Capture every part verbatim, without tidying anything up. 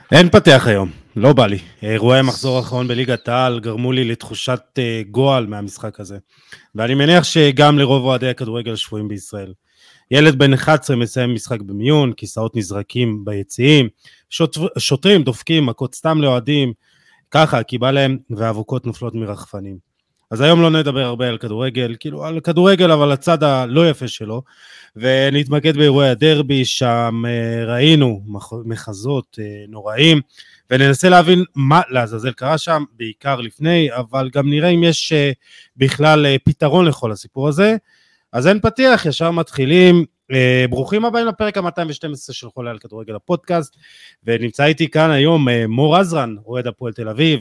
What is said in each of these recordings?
אין פתח היום, לא בא לי. אירועי המחזור האחרון בליגת העל גרמו לי לתחושת גועל מהמשחק הזה. ואני מניח שגם לרוב אוהדי הכדורגל השפויים בישראל. ילד בן אחת עשרה מסיים משחק במיון, כיסאות נזרקים ביציעים, שוטר, שוטרים דופקים, מכות סתם לאוהדים, ככה, כי בא להם, והאבוקות נופלות מרחפנים. אז היום לא נדבר הרבה על כדורגל, כאילו על כדורגל, אבל הצד הלא יפה שלו, ונתמקד באירועי הדרבי, שם ראינו מחזות נוראים, וננסה להבין מה לעזאזל קרה שם, בעיקר לפני, אבל גם נראה אם יש בכלל פתרון לכל הסיפור הזה. אז אין פתיח, ישר מתחילים. ברוכים הבאים לפרק ה-מאתיים ושתים עשרה של חולה על כדורגל הפודקאסט, ונמצא איתי כאן היום מור עזרן, אוהד הפועל תל אביב,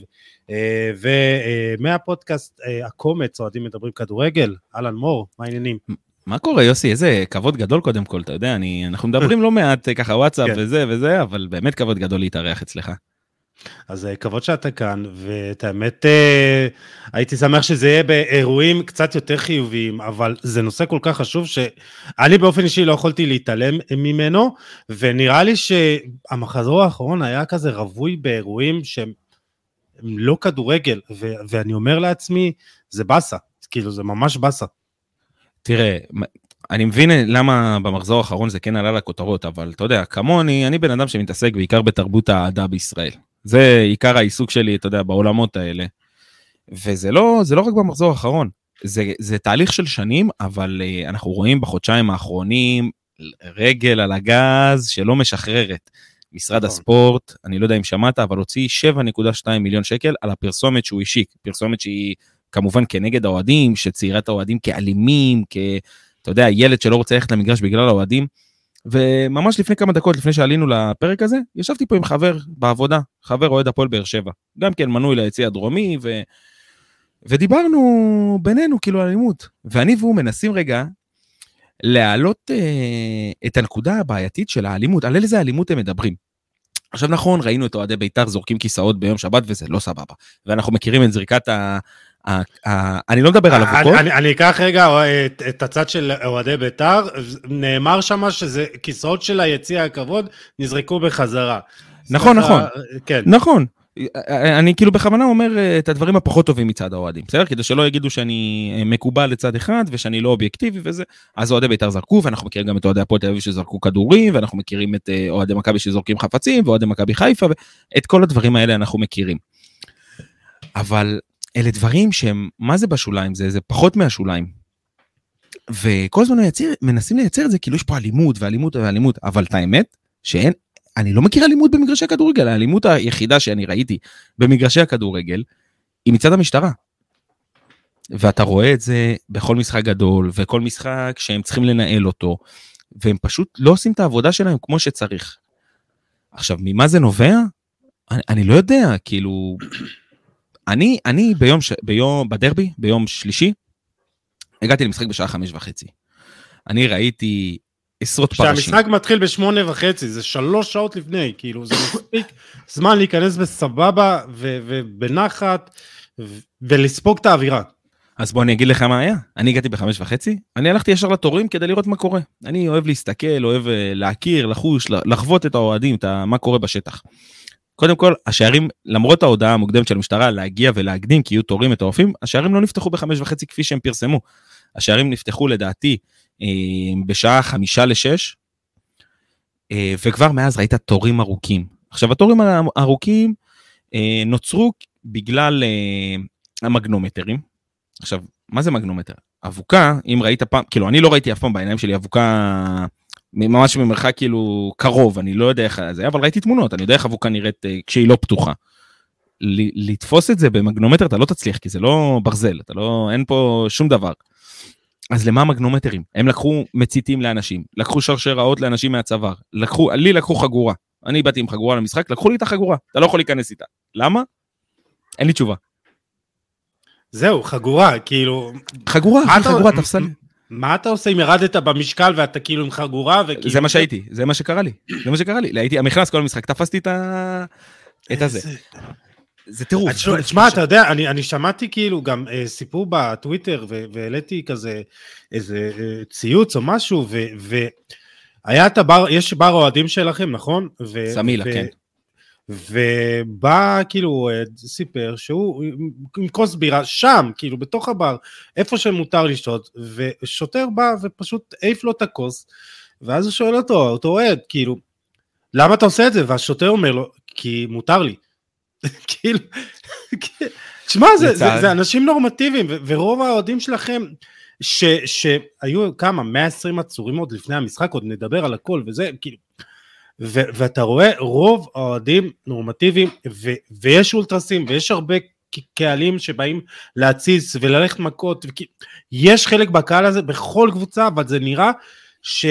ומהפודקאסט הקומץ, אוהדים מדברים כדורגל. אהלן מור, מה העניינים? מה קורה יוסי? איזה כבוד גדול קודם כל, אתה יודע, אני, אנחנו מדברים לא מעט ככה וואטסאפ וזה וזה, אבל באמת כבוד גדול להתארח אצלך. אז כבוד שאתה כאן, ואת האמת הייתי שמח שזה יהיה באירועים קצת יותר חיוביים, אבל זה נושא כל כך חשוב שאני באופן אישי לא יכולתי להתעלם ממנו, ונראה לי שהמחזור האחרון היה כזה רווי באירועים שהם לא כדורגל, ו- ואני אומר לעצמי, זה בסה, כאילו זה ממש בסה. תראה, אני מבין למה במחזור האחרון זה כן עלה לכותרות, אבל אתה יודע, כמוני, אני בן אדם שמתעסק בעיקר בתרבות האהדה בישראל. זה עיקר העיסוק שלי, אתה יודע, בעולמות האלה. וזה לא, זה לא רק במחזור האחרון. זה, זה תהליך של שנים, אבל uh, אנחנו רואים בחודשיים האחרונים רגל על הגז שלא משחררת. משרד הספורט, אני לא יודע אם שמעת, אבל הוציא שבע נקודה שתיים מיליון שקל על הפרסומת שהוא השיק. פרסומת שהיא כמובן כנגד האוהדים, שציירת האוהדים כאלימים, כ... אתה יודע, ילד שלא רוצה ללכת למגרש בגלל האוהדים. וממש לפני כמה דקות, לפני שעלינו לפרק הזה, ישבתי פה עם חבר בעבודה, חבר אוהד הפועל באר שבע, גם כן מנוי ליציע הדרומי, ו... ודיברנו בינינו כאילו על אלימות, ואני והוא מנסים רגע להעלות אה, את הנקודה הבעייתית של האלימות, על איזה אלימות הם מדברים. עכשיו נכון, ראינו את אוהדי בית"ר זורקים כיסאות ביום שבת, וזה לא סבבה, ואנחנו מכירים את זריקת ה... אני לא מדבר על אבוקות. אני אקח רגע את הצד של אוהדי בית"ר, נאמר שם שזה כיסאות של היציע הכבוד נזרקו בחזרה. נכון, נכון, נכון. אני כאילו בכוונה אומר את הדברים הפחות טובים מצד האוהדים, בסדר? כדי שלא יגידו שאני מקובל לצד אחד ושאני לא אובייקטיבי וזה, אז אוהדי בית"ר זרקו, ואנחנו מכירים גם את אוהדי הפועל תל אביב שזרקו כדורים, ואנחנו מכירים את אוהדי מכבי שזורקים חפצים, ואוהדי מכבי חיפה, ואת כל הדברים האלה אנחנו מכירים. אבל אלה דברים שהם, מה זה בשוליים? זה, זה פחות מהשוליים. וכל הזמן יציר, מנסים לייצר את זה, כאילו יש פה אלימות ואלימות ואלימות, אבל את האמת, שאין, אני לא מכיר אלימות במגרשי הכדורגל, האלימות היחידה שאני ראיתי במגרשי הכדורגל, היא מצד המשטרה. ואתה רואה את זה בכל משחק גדול, וכל משחק שהם צריכים לנהל אותו, והם פשוט לא עושים את העבודה שלהם כמו שצריך. עכשיו, ממה זה נובע? אני, אני לא יודע, כאילו... אני, אני ביום, ביום, בדרבי, ביום שלישי, הגעתי למשחק בשעה חמש וחצי. אני ראיתי עשרות פרשים. שהמשחק מתחיל בשמונה וחצי, זה שלוש שעות לפני, כאילו, זה מספיק זמן להיכנס בסבבה ובנחת, ולספוג את האווירה. אז בוא אני אגיד לך מה היה. אני הגעתי בחמש וחצי, אני הלכתי ישר לתורים כדי לראות מה קורה. אני אוהב להסתכל, אוהב להכיר, לחוש, לחוות את האוהדים, את מה קורה בשטח. קודם כל, השערים, למרות ההודעה המוקדמת של המשטרה להגיע ולהקדים, כי יהיו תורים מטורפים, השערים לא נפתחו בחמש וחצי כפי שהם פרסמו. השערים נפתחו לדעתי בשעה חמישה לשש, וכבר מאז ראית תורים ארוכים. עכשיו, התורים הארוכים נוצרו בגלל המגנומטרים. עכשיו, מה זה מגנומטר? אבוקה, אם ראית פעם, כאילו, אני לא ראיתי אף פעם בעיניים שלי אבוקה... ממש ממרחק כאילו קרוב, אני לא יודע איך זה, אבל ראיתי תמונות, אני יודע איך אבוקה נראית כשהיא לא פתוחה. לתפוס את זה במגנומטר אתה לא תצליח, כי זה לא ברזל, אתה לא, אין פה שום דבר. אז למה מגנומטרים? הם לקחו מציתים לאנשים, לקחו שרשראות לאנשים מהצוואר, לקחו, לי לקחו חגורה, אני באתי עם חגורה למשחק, לקחו לי את החגורה, אתה לא יכול להיכנס איתה. למה? אין לי תשובה. זהו, חגורה, כאילו... חגורה, חגורה, תפסל. מה אתה עושה אם ירדת במשקל ואתה כאילו עם חגורה וכאילו... זה מה שהייתי, זה מה שקרה לי, זה מה שקרה לי, הייתי, המכנס כל המשחק, תפסתי את ה... את הזה. זה טירוף. תשמע, אתה יודע, אני שמעתי כאילו גם סיפור בטוויטר, והעליתי כזה איזה ציוץ או משהו, והיה את הבר, יש בר אוהדים שלכם, נכון? סמילה, כן. ובא כאילו סיפר שהוא עם כוס בירה שם, כאילו בתוך הבר, איפה שמותר לשתות, ושוטר בא ופשוט העיף לו את הכוס, ואז הוא שואל אותו, אותו אוהד, כאילו, למה אתה עושה את זה? והשוטר אומר לו, כי מותר לי. כאילו, תשמע, זה, זה, זה אנשים נורמטיביים, ורוב האוהדים שלכם, ש, שהיו כמה, מאה ועשרים עצורים עוד לפני המשחק, עוד נדבר על הכל, וזה, כאילו, ו, ואתה רואה רוב האוהדים נורמטיביים, ו, ויש אולטרסים, ויש הרבה קהלים שבאים להציץ וללכת מכות, וכי, יש חלק בקהל הזה, בכל קבוצה, אבל זה נראה ש,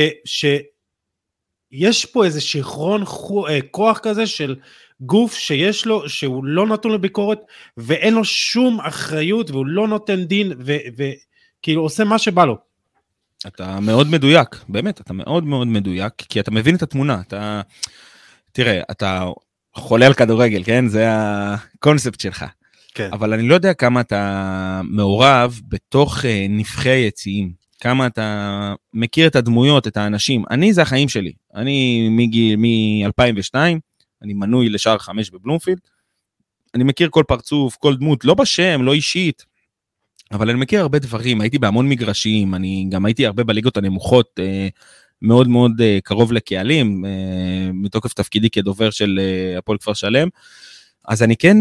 שיש פה איזה שכרון כוח כזה של גוף שיש לו, שהוא לא נתון לביקורת, ואין לו שום אחריות, והוא לא נותן דין, וכאילו עושה מה שבא לו. אתה מאוד מדויק, באמת, אתה מאוד מאוד מדויק, כי אתה מבין את התמונה, אתה, תראה, אתה חולה על כדורגל, כן? זה הקונספט שלך. כן. אבל אני לא יודע כמה אתה מעורב בתוך נבחי היציעים, כמה אתה מכיר את הדמויות, את האנשים. אני, זה החיים שלי. אני מ-אלפיים ושתיים, אני מנוי לשער חמש בבלומפילד, אני מכיר כל פרצוף, כל דמות, לא בשם, לא אישית, אבל אני מכיר הרבה דברים, הייתי בהמון מגרשים, אני גם הייתי הרבה בליגות הנמוכות, מאוד מאוד קרוב לקהלים, מתוקף תפקידי כדובר של הפועל כפר שלם, אז אני כן,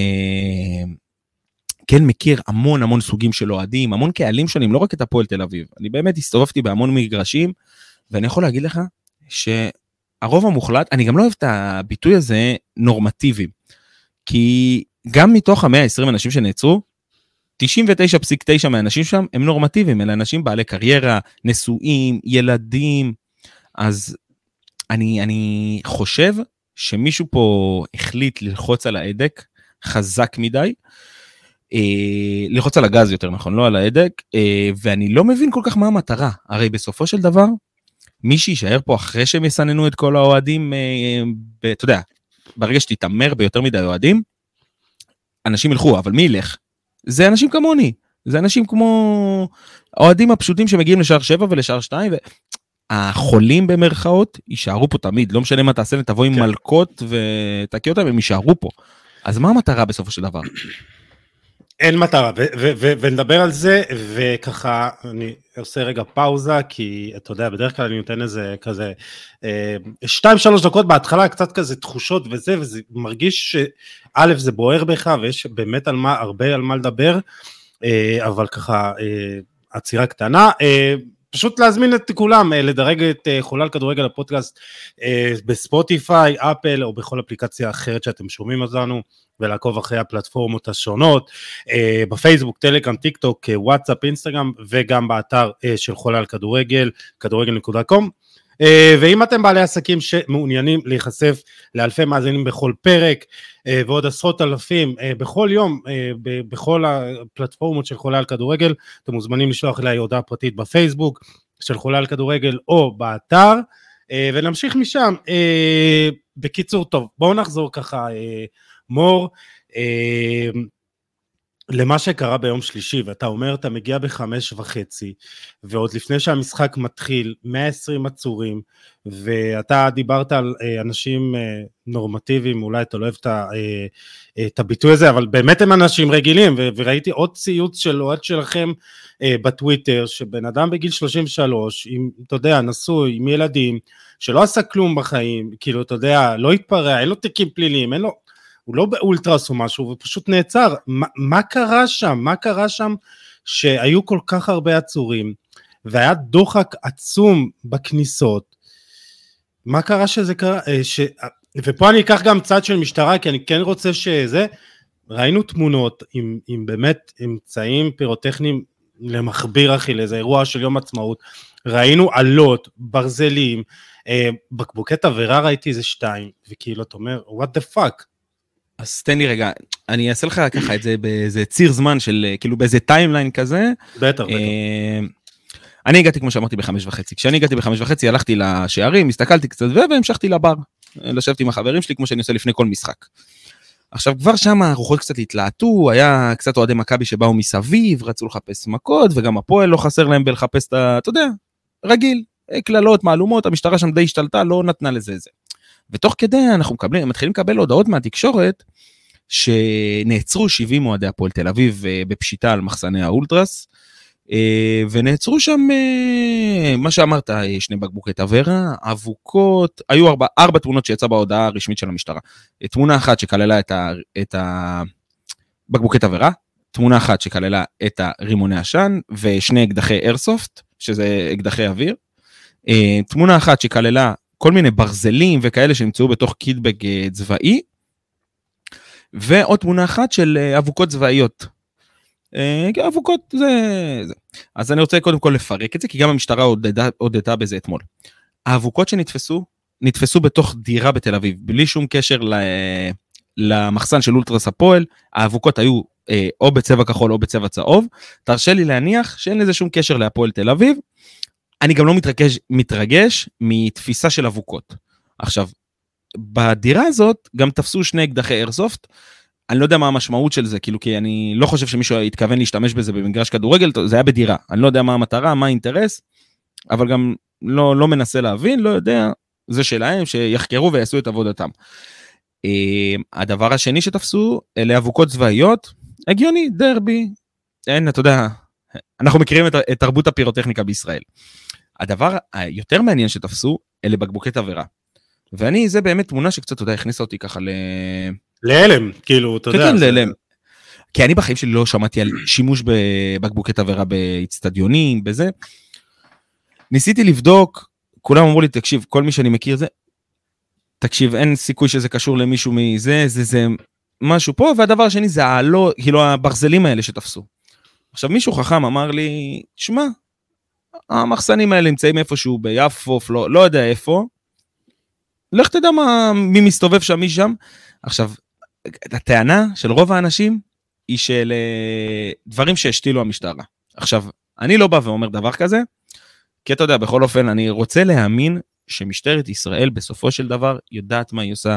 כן מכיר המון המון סוגים של אוהדים, המון קהלים שונים, לא רק את הפועל תל אביב, אני באמת הסתובבתי בהמון מגרשים, ואני יכול להגיד לך שהרוב המוחלט, אני גם לא אוהב את הביטוי הזה נורמטיבי, כי גם מתוך ה-מאה ועשרים אנשים שנעצרו, תשעים ותשע נקודה תשע מהאנשים שם הם נורמטיביים, אלה אנשים בעלי קריירה, נשואים, ילדים, אז אני, אני חושב שמישהו פה החליט ללחוץ על ההדק, חזק מדי, אה, ללחוץ על הגז יותר נכון, לא על ההדק, אה, ואני לא מבין כל כך מה המטרה, הרי בסופו של דבר, מי שישאר פה אחרי שהם יסננו את כל האוהדים, אה, ב, אתה יודע, ברגע שתתאמר ביותר מדי אוהדים, אנשים ילכו, אבל מי ילך? זה אנשים כמוני, זה אנשים כמו האוהדים הפשוטים שמגיעים לשער שבע ולשער שתיים, והחולים במרכאות יישארו פה תמיד, לא משנה מה תעשה, תבוא עם מלכות ותקיא אותם, הם יישארו פה. אז מה המטרה בסופו של דבר? אין מטרה, ונדבר על זה, וככה אני עושה רגע פאוזה, כי אתה יודע, בדרך כלל אני נותן איזה כזה, שתיים שלוש דקות בהתחלה, קצת כזה תחושות וזה, וזה מרגיש שא' זה בוער בך, ויש באמת על מה, הרבה על מה לדבר, אבל ככה, עצירה קטנה, פשוט להזמין את כולם, לדרג את חולה על כדורגל הפודקאסט, בספוטיפיי, אפל, או בכל אפליקציה אחרת שאתם שומעים אותנו, ולעקוב אחרי הפלטפורמות השונות, בפייסבוק, טלגרם, טיק טוק, וואטסאפ, אינסטגרם, וגם באתר של חולה על כדורגל, כדורגל נקודה קום, ואם אתם בעלי עסקים שמעוניינים להיחשף לאלפי מאזינים בכל פרק, ועוד עשרות אלפים בכל יום, בכל הפלטפורמות של חולה על כדורגל, אתם מוזמנים לשלוח אליי הודעה פרטית בפייסבוק של חולה על כדורגל, או באתר, ונמשיך משם. בקיצור, טוב, בואו נחזור ככה, מור, למה שקרה ביום שלישי, ואתה אומר, אתה מגיע בחמש וחצי, ועוד לפני שהמשחק מתחיל, מאה ועשרים עצורים, ואתה דיברת על אנשים נורמטיביים, אולי אתה לא אוהב את הביטוי הזה, אבל באמת הם אנשים רגילים, וראיתי עוד ציוץ של אוהד שלכם בטוויטר, שבן אדם בגיל שלושים ושלוש, עם, אתה יודע, נשוי, עם ילדים, שלא עשה כלום בחיים, כאילו, אתה יודע, לא התפרע, אין לו תיקים פליליים, אין לו, הוא לא באולטרס או משהו, הוא פשוט נעצר. מה, מה קרה שם? מה קרה שם שהיו כל כך הרבה עצורים, והיה דוחק עצום בכניסות? מה קרה שזה קרה? ש... ופה אני אקח גם צד של משטרה, כי אני כן רוצה שזה, ראינו תמונות עם, עם באמת אמצעים פירוטכניים למחביר אחי, לאיזה אירוע של יום עצמאות, ראינו עלות, ברזלים, בקבוקי תבערה ראיתי איזה שתיים, וכאילו אתה אומר, what the fuck? אז תן לי רגע, אני אעשה לך ככה את זה באיזה ציר זמן של, כאילו באיזה טיימליין כזה. בטח, בטח. אני הגעתי כמו שאמרתי בחמש וחצי, כשאני הגעתי בחמש וחצי הלכתי לשערים, הסתכלתי קצת והמשכתי לבר, לשבתי עם החברים שלי כמו שאני עושה לפני כל משחק. עכשיו כבר שם הרוחות קצת התלהטו, היה קצת אוהדי מכבי שבאו מסביב, רצו לחפש מכות, וגם הפועל לא חסר להם בלחפש את ה... אתה יודע, רגיל, כללות, מעלומות, המשטרה שם די השתלטה, לא נתנה לזה זה. ותוך כדי אנחנו מקבלים, מתחילים לקבל הודעות מהתקשורת, שנעצרו שבעים אוהדי הפועל תל אביב בפשיטה על מחסני האולטרס, ונעצרו שם, מה שאמרת, שני בקבוקי תבערה, אבוקות, היו ארבע, ארבע תמונות שיצא בהודעה הרשמית של המשטרה. תמונה אחת שכללה את, ה, את הבקבוקי תבערה, תמונה אחת שכללה את הרימוני עשן, ושני אקדחי איירסופט, שזה אקדחי אוויר, תמונה אחת שכללה כל מיני ברזלים וכאלה שנמצאו בתוך קיטבג צבאי, ועוד תמונה אחת של אבוקות צבאיות. אבוקות זה, זה. אז אני רוצה קודם כל לפרק את זה, כי גם המשטרה הודתה, הודתה בזה אתמול. האבוקות שנתפסו, נתפסו בתוך דירה בתל אביב, בלי שום קשר למחסן של אולטרס הפועל, האבוקות היו או בצבע כחול או בצבע צהוב, תרשה לי להניח שאין לזה שום קשר להפועל תל אביב, אני גם לא מתרגש, מתרגש מתפיסה של אבוקות. עכשיו, בדירה הזאת גם תפסו שני אקדחי איירסופט, אני לא יודע מה המשמעות של זה, כאילו, כי אני לא חושב שמישהו התכוון להשתמש בזה במגרש כדורגל, זה היה בדירה, אני לא יודע מה המטרה, מה האינטרס, אבל גם לא, לא מנסה להבין, לא יודע, זה שלהם, שיחקרו ויעשו את עבודתם. הדבר השני שתפסו, אלה אבוקות צבאיות, הגיוני, דרבי, אין, אתה יודע, אנחנו מכירים את, את תרבות הפירוטכניקה בישראל. הדבר היותר מעניין שתפסו, אלה בקבוקי תבערה. ואני, זה באמת תמונה שקצת, אתה יודע, הכניסה אותי ככה ל... להלם, כאילו, אתה יודע. כן, להלם. כי אני בחיים שלי לא שמעתי על שימוש בבקבוקי תבערה באצטדיונים, בזה. ניסיתי לבדוק, כולם אמרו לי, תקשיב, כל מי שאני מכיר זה, תקשיב, אין סיכוי שזה קשור למישהו מזה, זה, זה משהו פה, והדבר השני זה העלו, כאילו, הברזלים האלה שתפסו. עכשיו, מישהו חכם אמר לי, שמע, המחסנים האלה נמצאים איפשהו ביפו, לא, לא יודע איפה, לך תדע מה, מי מסתובב שם, מי שם. עכשיו, הטענה של רוב האנשים, היא של דברים שהשתילו המשטרה. עכשיו, אני לא בא ואומר דבר כזה, כי אתה יודע, בכל אופן, אני רוצה להאמין, שמשטרת ישראל בסופו של דבר, יודעת מה היא עושה,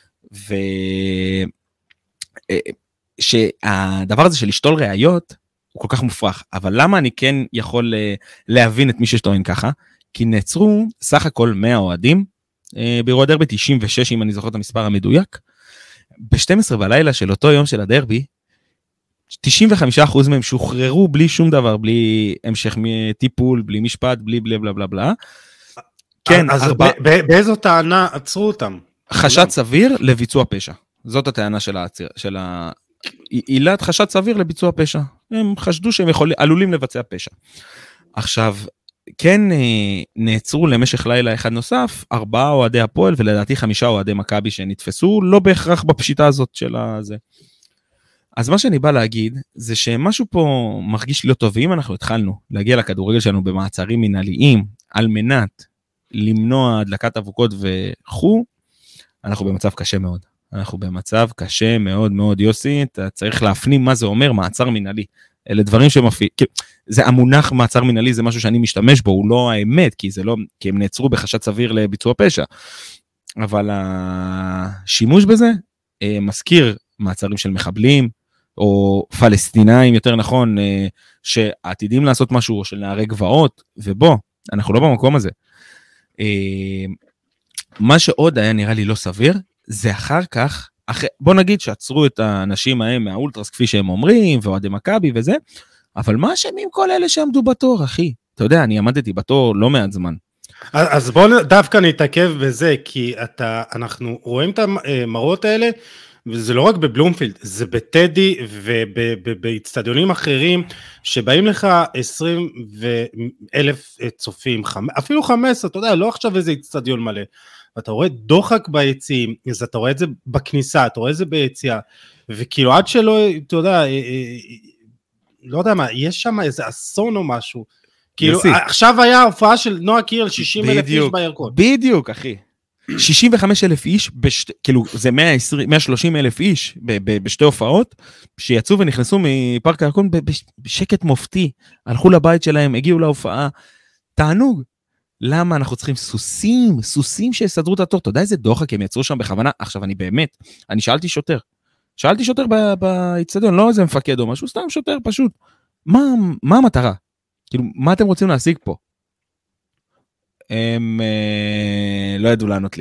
ושהדבר הזה של לשתול ראיות, הוא כל כך מופרך, אבל למה אני כן יכול להבין את מי ששטוען ככה? כי נעצרו סך הכל מאה אוהדים, באירוע דרבי תשעים ושש, אם אני זוכר את המספר המדויק, ב-שתים עשרה בלילה של אותו יום של הדרבי, תשעים וחמישה אחוז מהם שוחררו בלי שום דבר, בלי המשך טיפול, בלי משפט, בלי בלה בלה בלה בלה. כן, אז באיזו טענה עצרו אותם? חשד סביר לביצוע פשע. זאת הטענה של העציר, של ה... עילת חשד סביר לביצוע פשע. הם חשדו שהם יכולים, עלולים לבצע פשע. עכשיו, כן נעצרו למשך לילה אחד נוסף, ארבעה אוהדי הפועל, ולדעתי חמישה אוהדי מכבי שנתפסו, לא בהכרח בפשיטה הזאת של הזה. אז מה שאני בא להגיד, זה שמשהו פה מרגיש לא טוב, ואם אנחנו התחלנו להגיע לכדורגל שלנו במעצרים מנהליים, על מנת למנוע הדלקת אבוקות וכו', אנחנו במצב קשה מאוד. אנחנו במצב קשה מאוד מאוד, יוסי, אתה צריך להפנים מה זה אומר מעצר מנהלי. אלה דברים שמפי... זה המונח מעצר מנהלי, זה משהו שאני משתמש בו, הוא לא האמת, כי זה לא, כי הם נעצרו בחשד סביר לביצוע פשע. אבל השימוש בזה מזכיר מעצרים של מחבלים, או פלסטינאים, יותר נכון, שעתידים לעשות משהו, או של נערי גבעות, ובוא, אנחנו לא במקום הזה. מה שעוד היה נראה לי לא סביר, זה אחר כך, אחרי, בוא נגיד שעצרו את האנשים ההם מהאולטרס, כפי שהם אומרים, ואוהדי מכבי וזה, אבל מה אשמים כל אלה שעמדו בתור, אחי? אתה יודע, אני עמדתי בתור לא מעט זמן. אז, אז בוא דווקא נתעכב בזה, כי אתה, אנחנו רואים את המראות האלה, וזה לא רק בבלומפילד, זה בטדי ובאצטדיונים אחרים, שבאים לך עשרים אלף צופים, אפילו חמש עשרה, אתה יודע, לא עכשיו איזה אצטדיון מלא, ואתה רואה דוחק ביציעים, אז אתה רואה את זה בכניסה, אתה רואה את זה ביציאה, וכאילו עד שלא, אתה יודע, לא יודע מה, יש שם איזה אסון או משהו, כאילו עכשיו היה הופעה של נועה קירל, שישים אלף איש בירקון. בדיוק, אחי. שישים וחמישה אלף איש, בשת, כאילו זה מאה ועשרים, מאה ושלושים אלף איש ב, ב, בשתי הופעות, שיצאו ונכנסו מפארק הירקון בשקט מופתי, הלכו לבית שלהם, הגיעו להופעה, תענוג. למה אנחנו צריכים סוסים, סוסים שיסדרו את התור, אתה יודע איזה דוחק הם יצרו שם בכוונה, עכשיו אני באמת, אני שאלתי שוטר, שאלתי שוטר באצטדיון, לא איזה מפקד או משהו, סתם שוטר פשוט, מה, מה המטרה? כאילו, מה אתם רוצים להשיג פה? הם אה, לא ידעו לענות לי.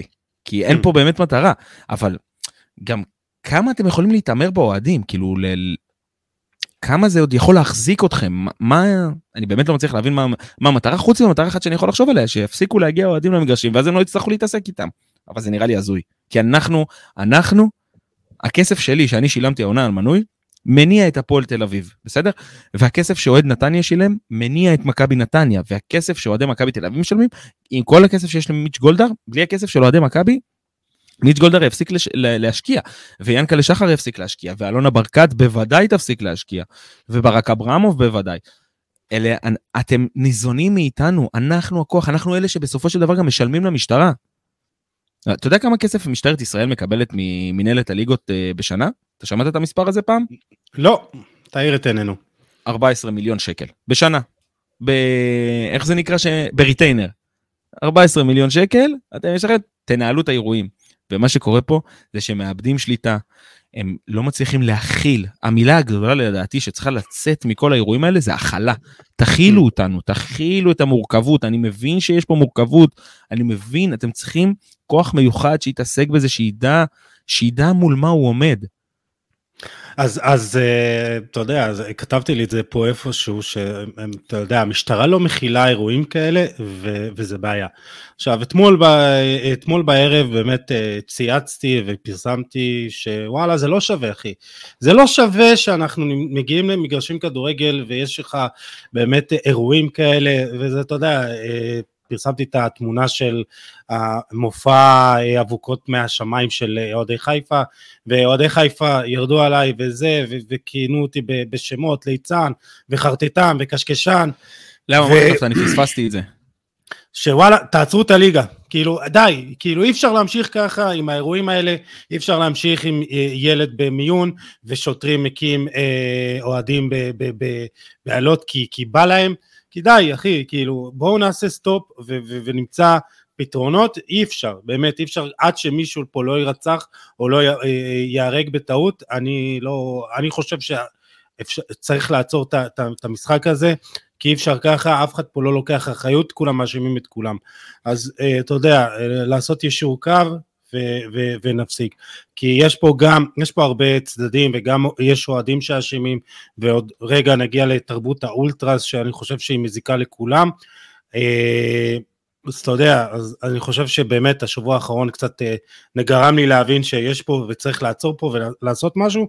כי אין פה באמת מטרה, אבל גם כמה אתם יכולים להתאמר באוהדים, כאילו, ל... כמה זה עוד יכול להחזיק אתכם, מה, אני באמת לא מצליח להבין מה, מה המטרה, חוץ ממטרה אחת שאני יכול לחשוב עליה, שיפסיקו להגיע אוהדים למגרשים, ואז הם לא יצטרכו להתעסק איתם, אבל זה נראה לי הזוי, כי אנחנו, אנחנו, הכסף שלי, שאני שילמתי העונה על מנוי, מניע את הפועל תל אביב, בסדר? והכסף שאוהד נתניה שילם, מניע את מכבי נתניה, והכסף שאוהדי מכבי תל אביב משלמים, עם כל הכסף שיש למיץ' גולדהר, בלי הכסף של אוהדי מכבי, מיץ' גולדהר יפסיק לש... להשקיע, ויאנקלה שחר יפסיק להשקיע, ואלונה ברקת בוודאי תפסיק להשקיע, וברק אברמוב בוודאי. אלה, אתם ניזונים מאיתנו, אנחנו הכוח, אנחנו אלה שבסופו של דבר גם משלמים למשטרה. אתה יודע כמה כסף משטרת ישראל מקבלת ממנהלת הליגות בשנה? אתה שמעת את המספר הזה פעם? לא, תאיר את עינינו. ארבעה עשר מיליון שקל, בשנה. ב... איך זה נקרא? ש... בריטיינר. ארבעה עשר מיליון שקל, אתם יש לכם, תנהלו את האירועים. ומה שקורה פה, זה שמאבדים שליטה, הם לא מצליחים להכיל. המילה הגדולה לדעתי שצריכה לצאת מכל האירועים האלה, זה הכלה. תכילו אותנו, תכילו את המורכבות. אני מבין שיש פה מורכבות, אני מבין, אתם צריכים כוח מיוחד שיתעסק בזה, שידע, שידע מול מה הוא עומד. אז, אז אתה יודע, אז כתבתי לי את זה פה איפשהו, שאתה יודע, המשטרה לא מכילה אירועים כאלה, ו, וזה בעיה. עכשיו, אתמול, ב, אתמול בערב באמת צייצתי ופרסמתי שוואלה, זה לא שווה, אחי. זה לא שווה שאנחנו מגיעים למגרשים כדורגל, ויש לך באמת אירועים כאלה, וזה, אתה יודע, פרסמתי את התמונה של המופע אבוקות מהשמיים של אוהדי חיפה, ואוהדי חיפה ירדו עליי וזה, וכינו אותי בשמות, ליצן, וחרטטן, וקשקשן. למה, מה כתבת? אני פספסתי את זה. שוואלה, תעצרו את הליגה, כאילו, די, כאילו אי אפשר להמשיך ככה עם האירועים האלה, אי אפשר להמשיך עם ילד במיון, ושוטרים מקים אוהדים בעלות, כי, כי בא להם, כי די, אחי, כאילו, בואו נעשה סטופ ו- ו- ונמצא פתרונות, אי אפשר, באמת אי אפשר, עד שמישהו פה לא ירצח, או לא יהרג בטעות, אני לא, אני חושב שצריך לעצור את המשחק הזה, כי אי אפשר ככה, אף אחד פה לא לוקח אחריות, כולם מאשימים את כולם, אז אתה יודע, לעשות ישור קו, ו- ו- ונפסיק, כי יש פה גם, יש פה הרבה צדדים, וגם יש אוהדים שאשמים, ועוד רגע נגיע לתרבות האולטרס, שאני חושב שהיא מזיקה לכולם, אז אתה יודע, אז אני חושב שבאמת השבוע האחרון קצת נגרם לי להבין שיש פה, וצריך לעצור פה ולעשות משהו,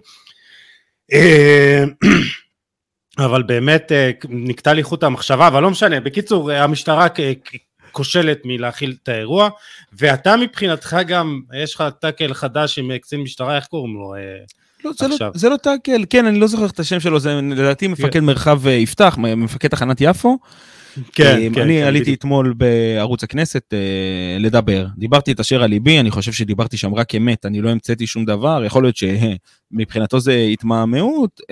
אבל באמת נקטע לי חוט המחשבה, אבל לא משנה, בקיצור, המשטרה כושלת מלהכיל את האירוע, ואתה מבחינתך גם, יש לך טאקל חדש עם קצין משטרה, איך קוראים לו לא, זה לא, זה לא טאקל, כן, אני לא זוכר את השם שלו, זה לדעתי מפקד מרחב יפתח, מפקד תחנת יפו, כן, כן, אני עליתי אתמול בערוץ הכנסת לדבר, דיברתי את אשר על ליבי, אני חושב שדיברתי שם רק אמת, אני לא המצאתי שום דבר, יכול להיות שמבחינתו זה התמהמהות,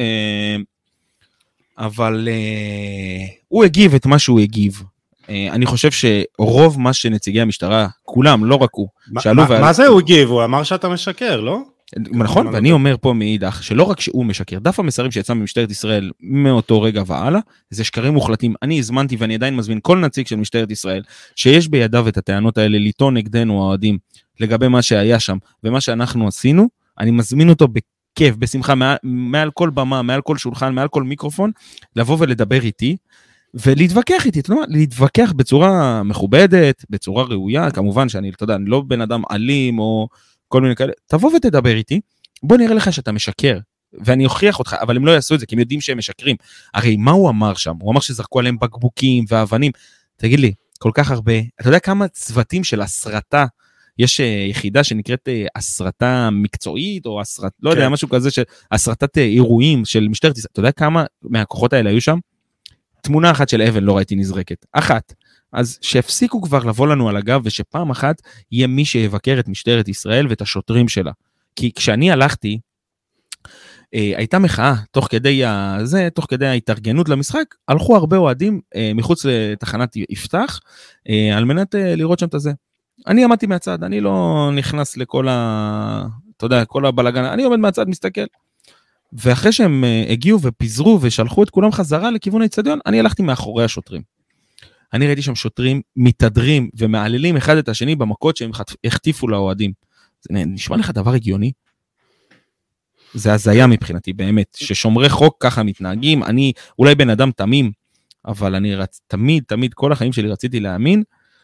אבל הוא הגיב את מה שהוא הגיב, אני חושב שרוב מה שנציגי המשטרה, כולם, לא רק הוא, שאלו... מה זה הוא הגיב? הוא אמר שאתה משקר, לא? נכון, ואני אומר פה מאידך, שלא רק שהוא משקר, דף המסרים שיצא ממשטרת ישראל מאותו רגע והלאה, זה שקרים מוחלטים. אני הזמנתי ואני עדיין מזמין כל נציג של משטרת ישראל, שיש בידיו את הטענות האלה, לטעון נגדנו האוהדים, לגבי מה שהיה שם, ומה שאנחנו עשינו, אני מזמין אותו בכיף, בשמחה, מעל, מעל כל במה, מעל כל שולחן, מעל כל מיקרופון, לבוא ולדבר איתי, ולהתווכח איתי, אתה יודע, להתווכח בצורה מכובדת, בצורה ראויה, כמובן שאני, אתה יודע, אני לא בן אדם אלים או כל מיני כאלה, תבוא ותדבר איתי, בוא נראה לך שאתה משקר, ואני אוכיח אותך, אבל הם לא יעשו את זה, כי הם יודעים שהם משקרים. הרי מה הוא אמר שם? הוא אמר שזרקו עליהם בקבוקים ואבנים, תגיד לי, כל כך הרבה, אתה יודע כמה צוותים של הסרטה, יש יחידה שנקראת הסרטה מקצועית, או הסרט, לא יודע, משהו כזה, של הסרטת אירועים של משטרת ישראל, אתה יודע כמה מהכוחות האלה היו שם? תמונה אחת של אבן לא ראיתי נזרקת, אחת. אז שהפסיקו כבר לבוא לנו על הגב, ושפעם אחת יהיה מי שיבקר את משטרת ישראל ואת השוטרים שלה. כי כשאני הלכתי, אה, הייתה מחאה, תוך כדי, זה, תוך כדי ההתארגנות למשחק, הלכו הרבה אוהדים אה, מחוץ לתחנת יפתח, אה, על מנת אה, לראות שם את זה. אני עמדתי מהצד, אני לא נכנס לכל ה... אתה יודע, כל הבלגן, אני עומד מהצד, מסתכל. ואחרי שהם הגיעו ופיזרו ושלחו את כולם חזרה לכיוון האצטדיון, אני הלכתי מאחורי השוטרים. אני ראיתי שם שוטרים מתהדרים ומעללים אחד את השני במכות שהם החטיפו לאוהדים. זה נשמע לך דבר הגיוני? זה הזיה מבחינתי, באמת, ששומרי חוק ככה מתנהגים, אני אולי בן אדם תמים, אבל אני רצ... תמיד, תמיד, כל החיים שלי רציתי להאמין,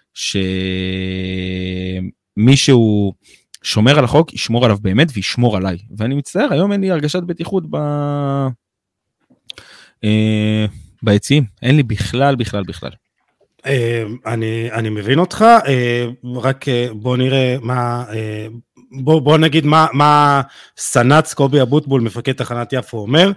שמישהו שומר על החוק, ישמור עליו באמת, וישמור עליי. ואני מצטער, היום אין לי הרגשת בטיחות ב... ביציעים, אין לי בכלל, בכלל, בכלל. אני, אני מבין אותך, רק בוא נראה מה... בוא, בוא נגיד מה, מה סנץ קובי אבוטבול, מפקד תחנת יפו, אומר.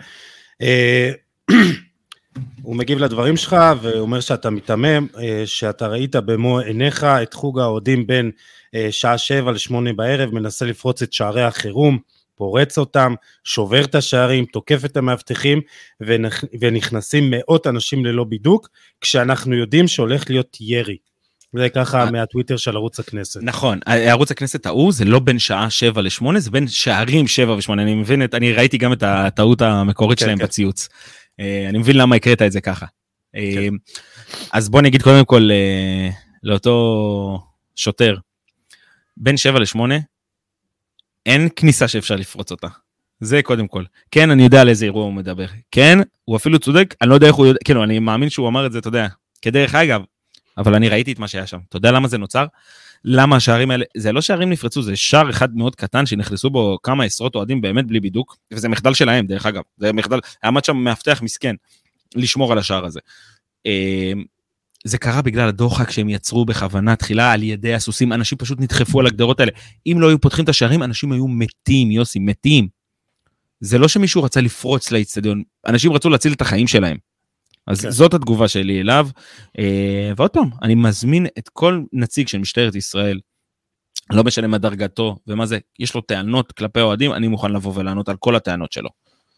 הוא מגיב לדברים שלך, ואומר שאתה מתאמם, שאתה ראית במו עיניך את חוג האוהדים בין שעה שבע לשמונה בערב, מנסה לפרוץ את שערי החירום, פורץ אותם, שובר את השערים, תוקף את המאבטחים, ונכנסים מאות אנשים ללא בידוק, כשאנחנו יודעים שהולך להיות ירי. זה ככה מהטוויטר של ערוץ הכנסת. נכון, ערוץ הכנסת ההוא זה לא בין שעה שבע לשמונה, זה בין שערים שבע ושמונה, אני מבין, אני ראיתי גם את הטעות המקורית שלהם בציוץ. אני מבין למה הקראת את זה ככה. אז בוא נגיד קודם כל לאותו שוטר, בין שבע לשמונה, אין כניסה שאפשר לפרוץ אותה. זה קודם כל. כן, אני יודע על איזה אירוע הוא מדבר. כן, הוא אפילו צודק, אני לא יודע איך הוא יודע, כאילו, אני מאמין שהוא אמר את זה, אתה יודע, כדרך אגב, אבל אני ראיתי את מה שהיה שם. אתה יודע למה זה נוצר? למה השערים האלה, זה לא שערים נפרצו, זה שער אחד מאוד קטן שנכנסו בו כמה עשרות אוהדים באמת בלי בידוק, וזה מחדל שלהם, דרך אגב. זה מחדל, עמד שם מאבטח מסכן, לשמור על השער הזה. זה קרה בגלל הדוחק שהם יצרו בכוונה תחילה על ידי הסוסים, אנשים פשוט נדחפו על הגדרות האלה. אם לא היו פותחים את השערים, אנשים היו מתים, יוסי, מתים. זה לא שמישהו רצה לפרוץ לאצטדיון, אנשים רצו להציל את החיים שלהם. אז כן. זאת התגובה שלי אליו, ועוד פעם, אני מזמין את כל נציג של משטרת ישראל, לא משנה מה דרגתו ומה זה, יש לו טענות כלפי אוהדים, אני מוכן לבוא ולענות על כל הטענות שלו.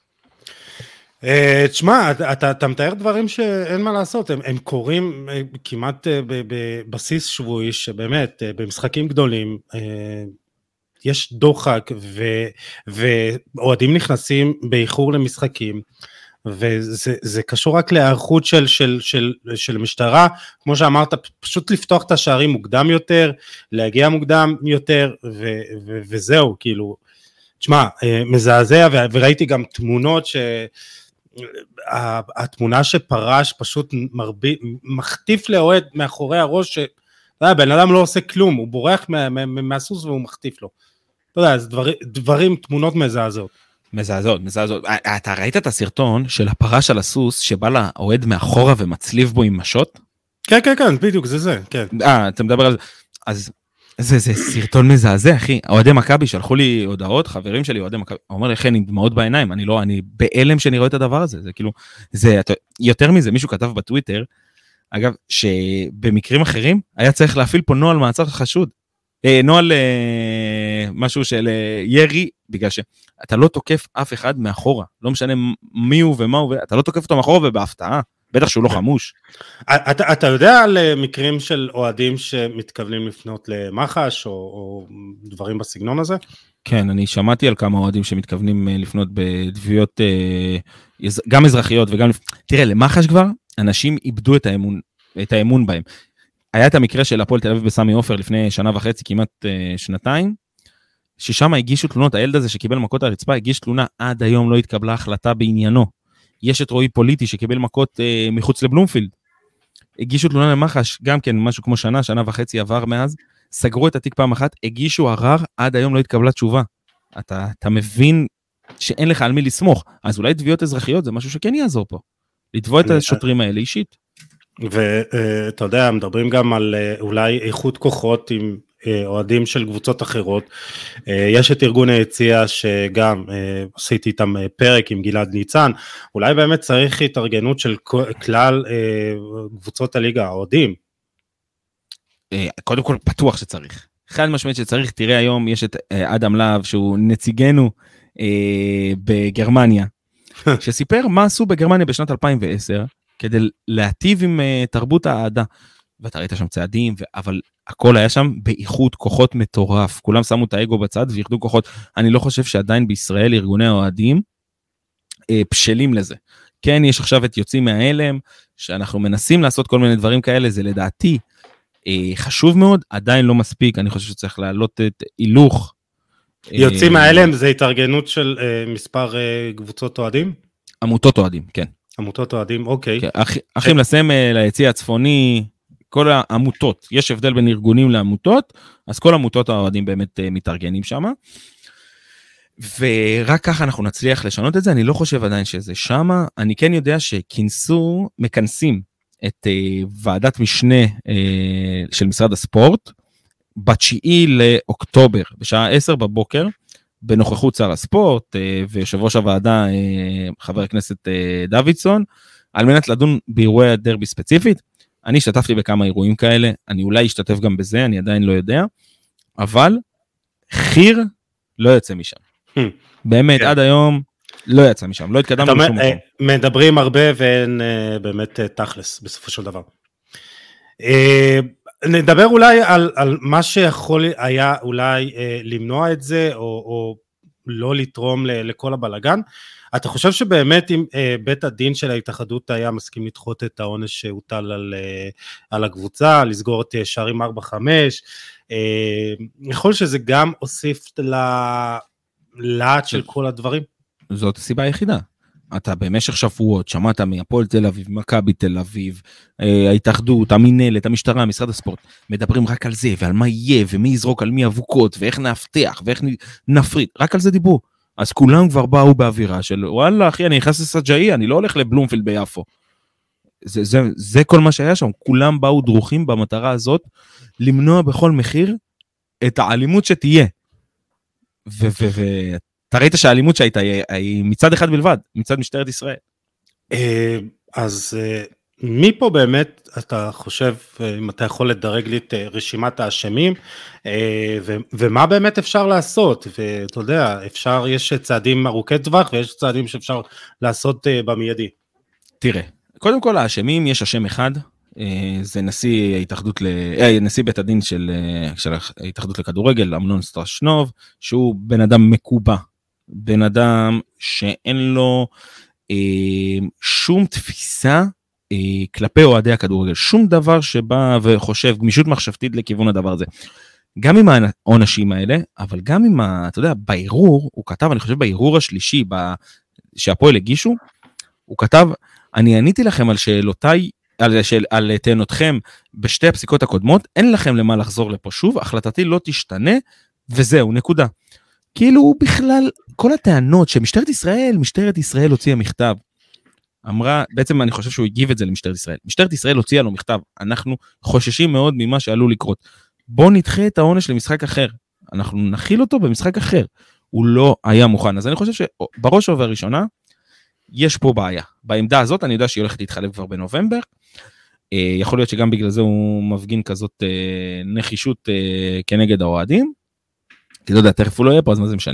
תשמע, אתה, אתה מתאר דברים שאין מה לעשות, הם, הם קוראים כמעט בבסיס שבועי, שבאמת במשחקים גדולים, יש דוחק ו, ואוהדים נכנסים באיחור למשחקים, וזה זה קשור רק להיערכות של, של, של, של משטרה, כמו שאמרת, פשוט לפתוח את השערים מוקדם יותר, להגיע מוקדם יותר, ו, ו, וזהו, כאילו, תשמע, מזעזע, וראיתי גם תמונות ש... התמונה שפרש פשוט מרבי, מחטיף לאוהד מאחורי הראש, שבן אדם לא עושה כלום, הוא בורח מה, מה, מהסוס והוא מחטיף לו. אתה יודע, דברים, דברים, תמונות מזעזעות. מזעזעות, מזעזעות. אתה ראית את הסרטון של הפרש על הסוס, שבא לאוהד מאחורה ומצליב בו עם משות? כן, כן, כן, בדיוק, זה זה, כן. אה, אתה מדבר על זה. אז זה, זה סרטון מזעזע, אחי. אוהדי מכבי שלחו לי הודעות, חברים שלי, אוהדי מכבי, הוא אומר לי, אחי, אני דמעות בעיניים, אני לא, אני באלם שאני רואה את הדבר הזה, זה כאילו, זה, יותר מזה, מישהו כתב בטוויטר, אגב, שבמקרים אחרים, היה צריך להפעיל פה נוהל מעצר חשוד, אה, נוהל אה, משהו של אה, ירי, בגלל שאתה לא תוקף אף אחד מאחורה, לא משנה מי הוא ומה הוא, אתה לא תוקף אותו מאחורה ובהפתעה, בטח שהוא לא חמוש. אתה, אתה יודע על מקרים של אוהדים שמתכוונים לפנות למח"ש או, או דברים בסגנון הזה? כן, אני שמעתי על כמה אוהדים שמתכוונים לפנות בתביעות גם אזרחיות וגם... תראה, למח"ש כבר אנשים איבדו את האמון, את האמון בהם. היה את המקרה של הפועל תל אביב בסמי עופר לפני שנה וחצי, כמעט שנתיים, ששם הגישו תלונות, הילד הזה שקיבל מכות על הרצפה, הגיש תלונה, עד היום לא התקבלה החלטה בעניינו. יש את רועי פוליטי שקיבל מכות אה, מחוץ לבלומפילד. הגישו תלונה למח"ש, גם כן משהו כמו שנה, שנה וחצי עבר מאז, סגרו את התיק פעם אחת, הגישו ערר, עד היום לא התקבלה תשובה. אתה, אתה מבין שאין לך על מי לסמוך, אז אולי תביעות אזרחיות זה משהו שכן יעזור פה. לתבוע את השוטרים האלה אישית. ואתה יודע, מדברים גם על אולי איכות כוחות עם אוהדים של קבוצות אחרות. יש את ארגון היציאה שגם עשיתי איתם פרק עם גלעד ניצן, אולי באמת צריך התארגנות של כלל קבוצות הליגה, האוהדים. קודם כל פתוח שצריך. חד משמעית שצריך, תראה היום יש את אדם להב שהוא נציגנו בגרמניה, שסיפר מה עשו בגרמניה בשנת אלפיים ועשר, כדי להטיב עם תרבות האהדה. ואתה ראית שם צעדים, אבל הכל היה שם באיכות כוחות מטורף. כולם שמו את האגו בצד ויחדו כוחות. אני לא חושב שעדיין בישראל ארגוני האוהדים בשלים לזה. כן, יש עכשיו את יוצאים מהאלם, שאנחנו מנסים לעשות כל מיני דברים כאלה, זה לדעתי חשוב מאוד, עדיין לא מספיק, אני חושב שצריך להעלות את הילוך. יוצאים מהאלם, זה התארגנות של מספר קבוצות אוהדים? עמותות אוהדים, כן. עמותות אוהדים, אוקיי. אחים לסמל, היציע הצפוני, כל העמותות, יש הבדל בין ארגונים לעמותות, אז כל עמותות האוהדים באמת מתארגנים שם, ורק ככה אנחנו נצליח לשנות את זה, אני לא חושב עדיין שזה שמה, אני כן יודע שכינסו, מכנסים את uh, ועדת משנה uh, של משרד הספורט, בתשיעי לאוקטובר, בשעה עשר בבוקר, בנוכחות שר הספורט, uh, ויושב ראש הוועדה, uh, חבר הכנסת uh, דוידסון, על מנת לדון באירועי הדרבי ספציפית, אני השתתפתי בכמה אירועים כאלה, אני אולי אשתתף גם בזה, אני עדיין לא יודע, אבל חיר לא יוצא משם. באמת, עד היום לא יצא משם, לא התקדמנו לשום מקום. מדברים הרבה ואין באמת תכלס בסופו של דבר. נדבר אולי על מה שיכול היה אולי למנוע את זה, או לא לתרום לכל הבלגן. אתה חושב שבאמת אם בית הדין של ההתאחדות היה מסכים לדחות את העונש שהוטל על הקבוצה, לסגור את שערים ארבע חמש, יכול שזה גם הוסיף ללהט של כל הדברים? זאת הסיבה היחידה. אתה במשך שבועות שמעת מהפועל תל אביב, מכבי תל אביב, ההתאחדות, המינהלת, המשטרה, משרד הספורט, מדברים רק על זה ועל מה יהיה ומי יזרוק על מי אבוקות ואיך נאבטח ואיך נפריד, רק על זה דיברו. אז כולם כבר באו באווירה של וואלה אחי אני נכנס לסג'אי, אני לא הולך לבלומפילד ביפו. זה, זה, זה כל מה שהיה שם, כולם באו דרוכים במטרה הזאת, למנוע בכל מחיר את האלימות שתהיה. ואתה ראית שהאלימות שהייתה היא מצד אחד בלבד, מצד משטרת ישראל. אז מי פה באמת אתה חושב, אם אתה יכול לדרג לי את רשימת האשמים, ומה באמת אפשר לעשות? ואתה יודע, אפשר, יש צעדים ארוכי טווח, ויש צעדים שאפשר לעשות במיידי. תראה, קודם כל האשמים, יש אשם אחד, זה נשיא ההתאחדות, נשיא בית הדין של, של ההתאחדות לכדורגל, אמנון סטרשנוב, שהוא בן אדם מקובע, בן אדם שאין לו שום תפיסה, כלפי אוהדי הכדורגל, שום דבר שבא וחושב, גמישות מחשבתית לכיוון הדבר הזה. גם עם העונשים האלה, אבל גם עם, ה, אתה יודע, בערעור, הוא כתב, אני חושב בערעור השלישי, ב, שהפועל הגישו, הוא כתב, אני עניתי לכם על שאלותיי, על, של, על טענותכם בשתי הפסיקות הקודמות, אין לכם למה לחזור לפה שוב, החלטתי לא תשתנה, וזהו, נקודה. כאילו בכלל, כל הטענות שמשטרת ישראל, משטרת ישראל הוציאה מכתב, אמרה, בעצם אני חושב שהוא הגיב את זה למשטרת ישראל. משטרת ישראל הוציאה לו מכתב, אנחנו חוששים מאוד ממה שעלול לקרות. בוא נדחה את העונש למשחק אחר. אנחנו נכיל אותו במשחק אחר. הוא לא היה מוכן. אז אני חושב שבראש ובראשונה, יש פה בעיה. בעמדה הזאת אני יודע שהיא הולכת להתחלף כבר בנובמבר. יכול להיות שגם בגלל זה הוא מפגין כזאת נחישות כנגד האוהדים. כי לא יודע, תכף הוא לא יהיה פה, אז מה זה משנה.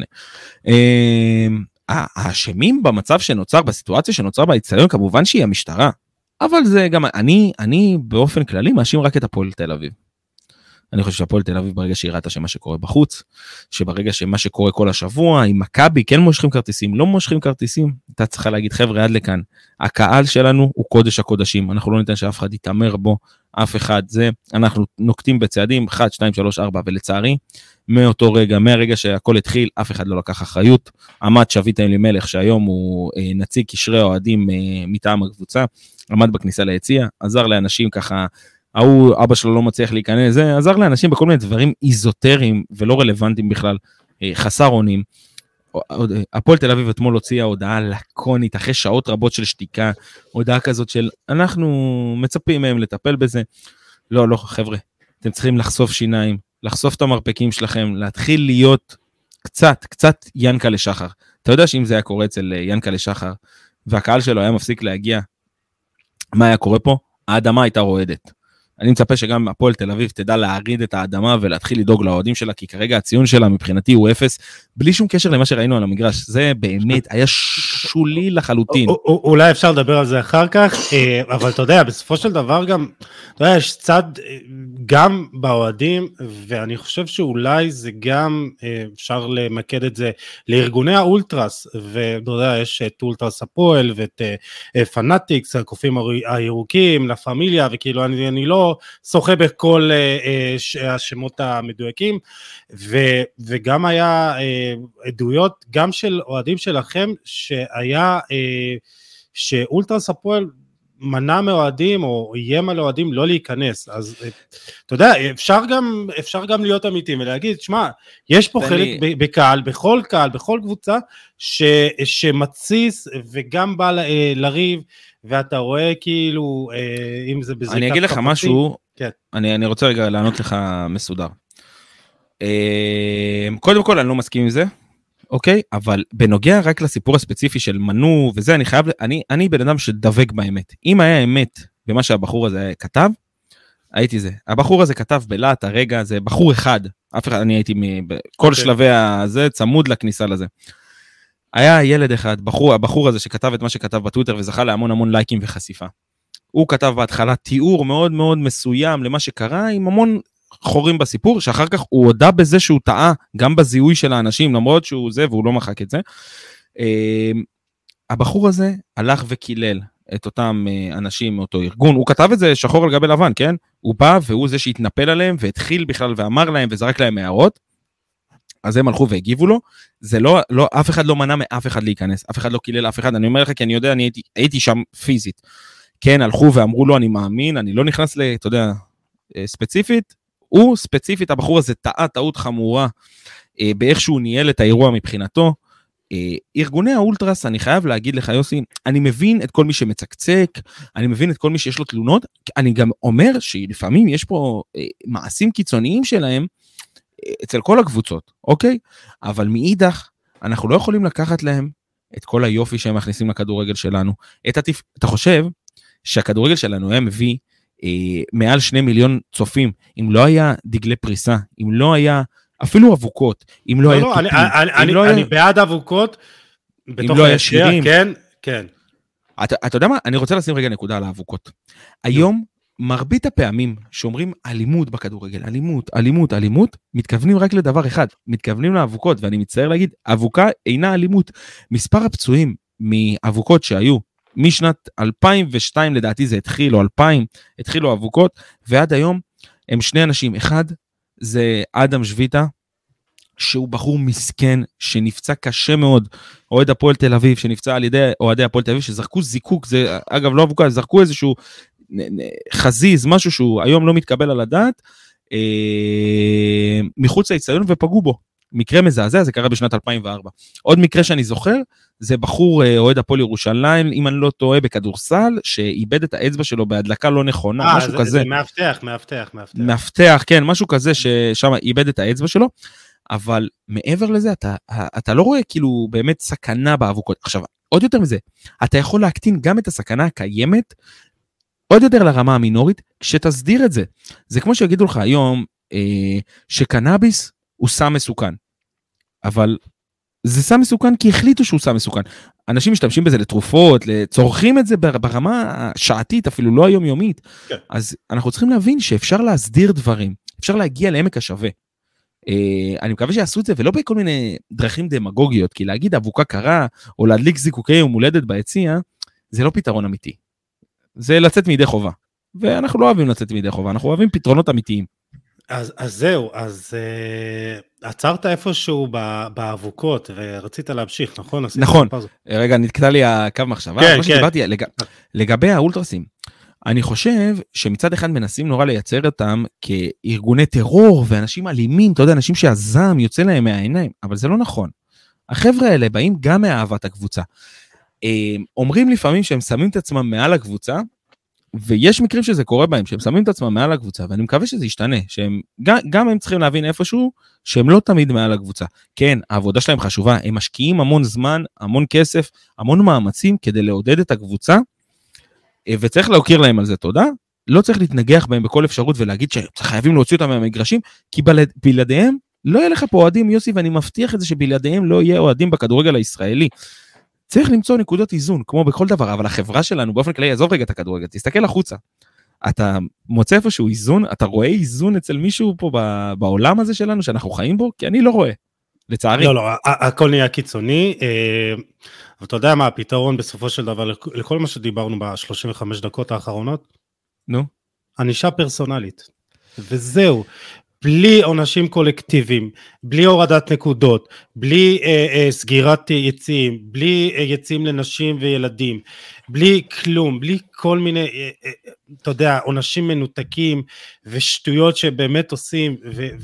האשמים במצב שנוצר, בסיטואציה שנוצר באצטדיון, כמובן שהיא המשטרה, אבל זה גם, אני, אני באופן כללי מאשים רק את הפועל תל אביב. אני חושב שהפועל תל אביב ברגע שהיא ראתה שמה שקורה בחוץ, שברגע שמה שקורה כל השבוע, עם מכבי כן מושכים כרטיסים, לא מושכים כרטיסים, אתה צריכה להגיד חבר'ה עד לכאן, הקהל שלנו הוא קודש הקודשים, אנחנו לא ניתן שאף אחד יתאמר בו, אף אחד זה, אנחנו נוקטים בצעדים, אחת, שתיים, שלוש, ארבע, ולצערי, מאותו רגע, מהרגע שהכל התחיל, אף אחד לא לקח אחריות, עמד שביט אלימלך, שהיום הוא אה, נציג קשרי אוהדים אה, מטעם הקבוצה, עמד בכניסה ליציע, עזר לאנשים ככה, ההוא, אבא שלו לא מצליח להיכנס, זה עזר לאנשים בכל מיני דברים איזוטריים, ולא רלוונטיים בכלל, אה, חסר אונים, הפועל תל אביב אתמול הוציאה הודעה לקונית, אחרי שעות רבות של שתיקה, הודעה כזאת של, אנחנו מצפים מהם לטפל בזה, לא, לא, חבר'ה, אתם צריכים לחשוף שיניים, לחשוף את המרפקים שלכם, להתחיל להיות קצת, קצת ינקה לשחר. אתה יודע שאם זה היה קורה אצל ינקה לשחר, והקהל שלו היה מפסיק להגיע, מה היה קורה פה? האדמה הייתה רועדת. אני מצפה שגם הפועל תל אביב תדע להריד את האדמה ולהתחיל לדאוג לאוהדים שלה, כי כרגע הציון שלה מבחינתי הוא אפס, בלי שום קשר למה שראינו על המגרש, זה באמת היה שולי לחלוטין. אולי אפשר לדבר על זה אחר כך, אבל אתה יודע, בסופו של דבר גם, אתה יודע, יש צד גם באוהדים, ואני חושב שאולי זה גם, אפשר למקד את זה לארגוני האולטרס, ואתה יודע, יש את אולטרס הפועל, ואת פנאטיקס, הקופים הירוקים, לה פמיליה, וכאילו אני, אני לא שוחה בכל השמות המדויקים, ו, וגם היה עדויות, גם של אוהדים שלכם, שהיה, שאולטרס הפועל מנע מאוהדים, או איים על אוהדים לא להיכנס, אז אתה יודע, אפשר גם, אפשר גם להיות אמיתיים, ולהגיד, שמה, יש פה חלק בקהל, בכל קהל, בכל קבוצה, ש, שמציס, וגם בא לריב, ואתה רואה כאילו, אם זה בזריקת... אני אגיד לך משהו, אני, אני רוצה רגע לענות לך מסודר. קודם כל, אני לא מסכים עם זה, אוקיי? אבל בנוגע רק לסיפור הספציפי של מנו וזה, אני חייב, אני, אני בן אדם שדבק באמת. אם היה אמת במה שהבחור הזה כתב, הייתי זה. הבחור הזה כתב בלעת הרגע, זה בחור אחד, אף אחד, אני הייתי בכל okay. שלבי הזה, צמוד לכניסה לזה. היה ילד אחד, בחור, הבחור הזה שכתב את מה שכתב בטוויטר, וזכה להמון המון לייקים וחשיפה. הוא כתב בהתחלה תיאור מאוד מאוד מסוים למה שקרה, עם המון חורים בסיפור, שאחר כך הוא הודע בזה שהוא טעה, גם בזיהוי של האנשים, למרות שהוא זה, והוא לא מחק את זה. הבחור הזה הלך וקילל את אותם אנשים מאותו ארגון, הוא כתב את זה שחור על גבי לבן, כן? הוא בא והוא זה שהתנפל עליהם, והתחיל בכלל ואמר להם, וזרק להם הערות, אז הם הלכו והגיבו לו, זה לא, לא, אף אחד לא מנע מאף אחד להיכנס, אף אחד לא קילל אף אחד, אני אומר לך, כי אני יודע, אני הייתי, הייתי שם פיזית, כן, הלכו ואמרו לו, אני מאמין, אני לא נכנס ל, אתה יודע, ספציפית, הוא ספציפית, הבחור הזה טעה, טעות חמורה, אה, באיך שהוא ניהל את האירוע מבחינתו, אה, ארגוני האולטרס, אני חייב להגיד לך יוסי, אני מבין את כל מי שמצקצק, אני מבין את כל מי שיש לו תלונות, אני גם אומר שלפעמים יש פה אה, מעשים קיצוניים שלהם, אה, אצל כל הקבוצות, אוקיי? אבל מאידך, אנחנו לא יכולים לקחת להם את כל היופי שהם מכניסים לכדורגל שלנו. את התפ... אתה חושב שהכדורגל שלנו היה מביא, מעל שני מיליון צופים, אם לא היה דגלי פריסה, אם לא היה אפילו אבוקות, אם לא היה תופים, אני בעד אבוקות, אם לא היה שירים, כן, כן. אתה יודע מה? אני רוצה לשים רגע נקודה על האבוקות. היום, מרבית הפעמים שאומרים אלימות בכדורגל, אלימות, אלימות, אלימות, מתכוונים רק לדבר אחד, מתכוונים לאבוקות, ואני מצטער להגיד, אבוקה אינה אלימות. מספר הפצועים מאבוקות שהיו, משנת אלפיים ושתיים לדעתי זה התחיל, או אלפיים, התחילו אבוקות, ועד היום הם שני אנשים. אחד זה אדם שביטה, שהוא בחור מסכן, שנפצע קשה מאוד, אוהד הפועל תל אביב, שנפצע על ידי אוהדי הפועל תל אביב, שזרקו זיקוק, זה אגב לא אבוקה, זרקו איזשהו חזיז, משהו שהוא היום לא מתקבל על הדעת, אה, מחוץ לאצטדיון ופגעו בו. מקרה מזעזע, זה קרה בשנת אלפיים וארבע. עוד מקרה שאני זוכר, זה בחור אוהד הפועל ירושלים, אם אני לא טועה, בכדורסל, שאיבד את האצבע שלו בהדלקה לא נכונה, 아, משהו זה, כזה. זה מאבטח, מאבטח, מאבטח. מאבטח, כן, משהו כזה ששם איבד את האצבע שלו, אבל מעבר לזה, אתה, אתה לא רואה כאילו באמת סכנה באבוקות. עכשיו, עוד יותר מזה, אתה יכול להקטין גם את הסכנה הקיימת, עוד יותר לרמה המינורית, כשתסדיר את זה. זה כמו שיגידו לך היום, אה, שקנאביס הוא סם מסוכן. אבל זה סם מסוכן כי החליטו שהוא סם מסוכן. אנשים משתמשים בזה לתרופות, צורכים את זה ברמה שעתית, אפילו לא היומיומית. כן. אז אנחנו צריכים להבין שאפשר להסדיר דברים, אפשר להגיע לעמק השווה. אני מקווה שיעשו את זה, ולא בכל מיני דרכים דמגוגיות, כי להגיד אבוקה קרה, או להדליק זיקוקי יום הולדת ביציע, זה לא פתרון אמיתי. זה לצאת מידי חובה. ואנחנו לא אוהבים לצאת מידי חובה, אנחנו אוהבים פתרונות אמיתיים. אז, אז זהו, אז uh, עצרת איפשהו באבוקות, ורצית להמשיך, נכון? נכון, רגע, נתקטע לי הקו מחשבה, כן, כן. שדיברתי, לג... לגבי האולטרסים, אני חושב שמצד אחד מנסים נורא לייצר אותם כארגוני טרור, ואנשים אלימים, אתה יודע, אנשים שהזעם יוצא להם מהעיניים, אבל זה לא נכון. החבר'ה האלה באים גם מאהבת הקבוצה. אומרים לפעמים שהם שמים את עצמם מעל הקבוצה, ויש מקרים שזה קורה בהם, שהם שמים את עצמם מעל הקבוצה, ואני מקווה שזה ישתנה, שהם, גם, גם הם צריכים להבין איפשהו, שהם לא תמיד מעל הקבוצה. כן, העבודה שלהם חשובה, הם משקיעים המון זמן, המון כסף, המון מאמצים, כדי לעודד את הקבוצה, וצריך להוקיר להם על זה תודה, לא צריך להתנגח בהם בכל אפשרות, ולהגיד שחייבים להוציא אותם מהמגרשים, כי בלעדיהם לא יהיה לך פה אוהדים, יוסי, ואני מבטיח את זה שבלעדיהם לא יהיה אוהדים בכדורגל הישראלי. צריך למצוא נקודות איזון, כמו בכל דבר, אבל החברה שלנו, באופן כללי, יעזוב רגע את הכדורגל, תסתכל החוצה. אתה מוצא איפשהו איזון, אתה רואה איזון אצל מישהו פה בעולם הזה שלנו, שאנחנו חיים בו? כי אני לא רואה, לצערי. לא, לא, הכל נהיה קיצוני, ואתה יודע מה, הפתרון בסופו של דבר, לכל מה שדיברנו ב-שלושים וחמש דקות האחרונות, נו? ענישה פרסונלית, וזהו. בלי עונשים קולקטיביים, בלי הורדת נקודות, בלי אה, אה, סגירת יציאים, בלי אה, יציאים לנשים וילדים, בלי כלום, בלי כל מיני, אה, אה, אתה יודע, עונשים מנותקים ושטויות שבאמת עושים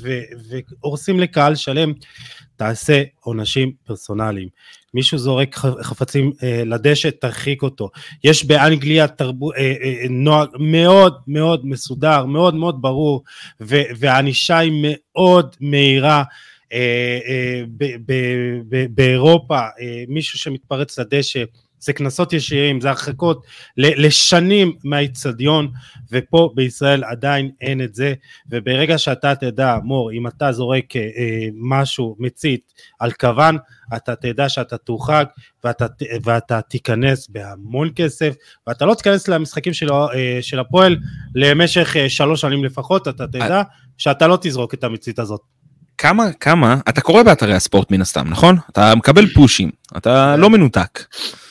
והורסים לקהל שלם, תעשה עונשים פרסונליים. מישהו זורק חפצים אה, לדשא, תרחיק אותו. יש באנגליה תרבו, אה, אה, נוהג מאוד מאוד מסודר, מאוד מאוד ברור, ו, והענישה היא מאוד מהירה, אה, אה, ב, ב, ב, באירופה, אה, מישהו שמתפרץ לדשא, זה כנסות ישירים, זה הרחקות לשנים מהאיצטדיון, ופה בישראל עדיין אין את זה, וברגע שאתה תדע, מור, אם אתה זורק אה, משהו מצית על כוון, אתה תדע שאתה תורחק, ואתה, ואתה תיכנס בהמון כסף, ואתה לא תיכנס למשחקים של, אה, של הפועל, למשך אה, שלוש שנים לפחות, אתה תדע שאתה לא תזרוק את המצית הזאת. כמה, כמה, אתה קורא באתרי הספורט מן הסתם, נכון? אתה מקבל פושים, אתה לא מנותק.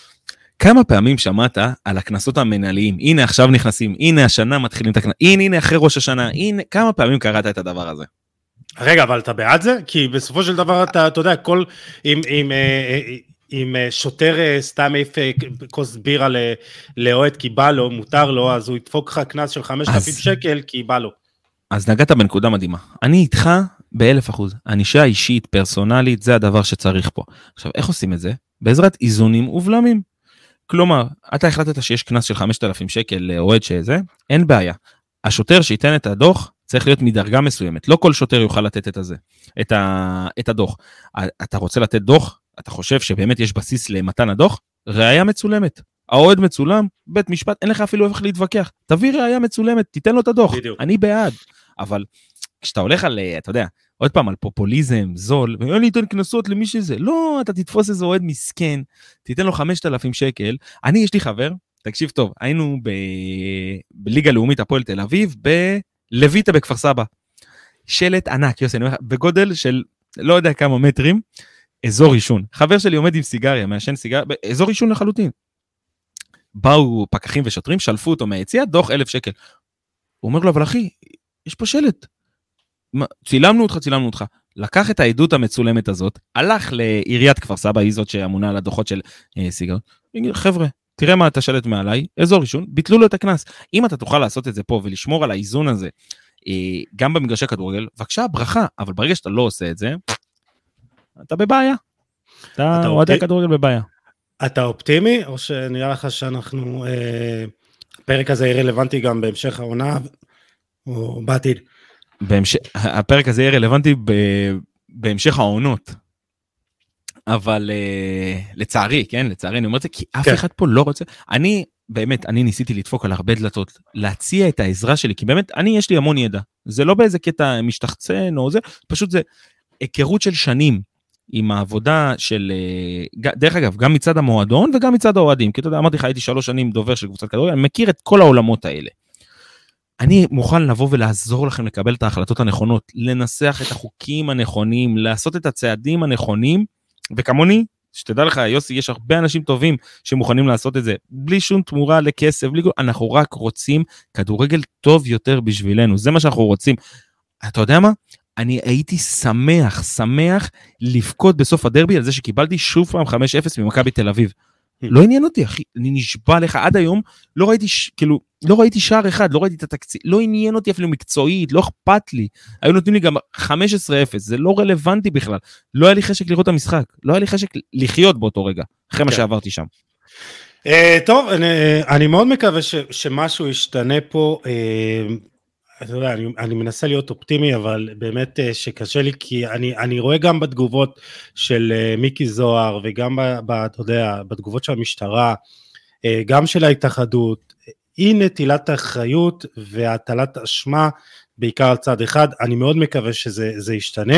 כמה פעמים שמעת על הכנסות המנהליים, הנה עכשיו נכנסים, הנה השנה מתחילים את הכנס, הנה הנה אחרי ראש השנה, הנה כמה פעמים קראת את הדבר הזה? רגע, אבל אתה בעד זה? כי בסופו של דבר אתה, אתה יודע, כל, אם, אם, אם שוטר סתם העיף כוס בירה לאוהד כי בא לו, מותר לו, אז הוא ידפוק לך כנס של חמשת אלפים שקל כי בא לו. אז נגעת בנקודה מדהימה. אני איתך באלף אחוז. ענישה אישית, פרסונלית, זה הדבר שצריך פה. עכשיו, איך עושים את זה? בעזרת איזונים ובלמים. כלומר, אתה החלטת שיש כנס של חמשת אלפים שקל לאוהד שזה, אין בעיה. השוטר שייתן את הדוח צריך להיות מדרגה מסוימת. לא כל שוטר יוכל לתת את הזה, את, ה, את הדוח. אתה רוצה לתת דוח? אתה חושב שבאמת יש בסיס למתן הדוח? ראיה מצולמת. האוהד מצולם, בית משפט, אין לך אפילו איך להתווכח. תביא ראיה מצולמת, תיתן לו את הדוח. בדיוק. אני בעד. אבל כשאתה הולך על, אתה יודע, עוד פעם, על פופוליזם, זול, ואין לי תן כנסות למי שזה, לא, אתה תתפוס איזה אוהד מסכן, תיתן לו חמשת אלפים שקל, אני, יש לי חבר, תקשיב טוב, היינו ב... בליגה לאומית הפועל תל אביב, בלויטה בכפר סבא, שלט ענק, יוסי, בגודל של, לא יודע כמה מטרים, אזור עישון, חבר שלי עומד עם סיגריה, מעשן סיגריה, אזור עישון לחלוטין, באו פקחים ושוטרים, שלפו אותו מהיציאה, דוח אלף שקל, הוא אומר לו, אבל אחי, יש פה שלט, צילמנו אותך, צילמנו אותך. לקח את העדות המצולמת הזאת, הלך לעיריית כפר סבא, היא זאת שאמונה על הדוחות של אה, סיגרות, חבר'ה, תראה מה אתה שלט מעליי, אזור ראשון, ביטלו לו את הכנס. אם אתה תוכל לעשות את זה פה ולשמור על האיזון הזה, אה, גם במגרשי כדורגל, בבקשה, ברכה, אבל ברגע שאתה לא עושה את זה, אתה בבעיה. אתה אוהדי כדורגל בבעיה. אתה אופטימי, או שנראה לך שאנחנו, אה, הפרק הזה יהיה רלוונטי גם בהמשך העונה, או בעתיד? בהמש... הפרק הזה יהיה רלוונטי ב... בהמשך העונות, אבל uh, לצערי, כן, לצערי אני אומר את זה, כי אף כן. אחד פה לא רוצה, אני באמת, אני ניסיתי לדפוק על הרבה דלתות, להציע את העזרה שלי, כי באמת, אני יש לי המון ידע, זה לא באיזה קטע משתחצן או זה, פשוט זה היכרות של שנים, עם העבודה של, דרך אגב, גם מצד המועדון וגם מצד האוהדים, כי אתה יודע, אמרתי לך, הייתי שלוש שנים דובר של קבוצת כדורגל, אני מכיר את כל העולמות האלה. אני מוכן לבוא ולעזור לכם לקבל את ההחלטות הנכונות, לנסח את החוקים הנכונים, לעשות את הצעדים הנכונים, וכמוני, שתדע לך, יוסי, יש הרבה אנשים טובים שמוכנים לעשות את זה, בלי שום תמורה לכסף, בלי... אנחנו רק רוצים כדורגל טוב יותר בשבילנו, זה מה שאנחנו רוצים. אתה יודע מה? אני הייתי שמח, שמח לבכות בסוף הדרבי על זה שקיבלתי שוב פעם חמש אפס ממכבי תל אביב. לא עניין אותי, אחי, אני נשבע לך, עד היום לא ראיתי, כאילו, לא ראיתי שער אחד, לא ראיתי את התקציב, לא עניין אותי אפילו מקצועית, לא אכפת לי, היו נותנים לי גם חמש עשרה אפס, זה לא רלוונטי בכלל, לא היה לי חשק לראות את המשחק, לא היה לי חשק לחיות באותו רגע, אחרי מה שעברתי שם. טוב, אני מאוד מקווה שמשהו ישתנה פה, אתה יודע, אני, אני מנסה להיות אופטימי, אבל באמת שקשה לי, כי אני, אני רואה גם בתגובות של מיקי זוהר, וגם, ב, אתה יודע, בתגובות של המשטרה, גם של ההתאחדות, היא נטילת האחריות והטלת אשמה, בעיקר על צד אחד, אני מאוד מקווה שזה ישתנה.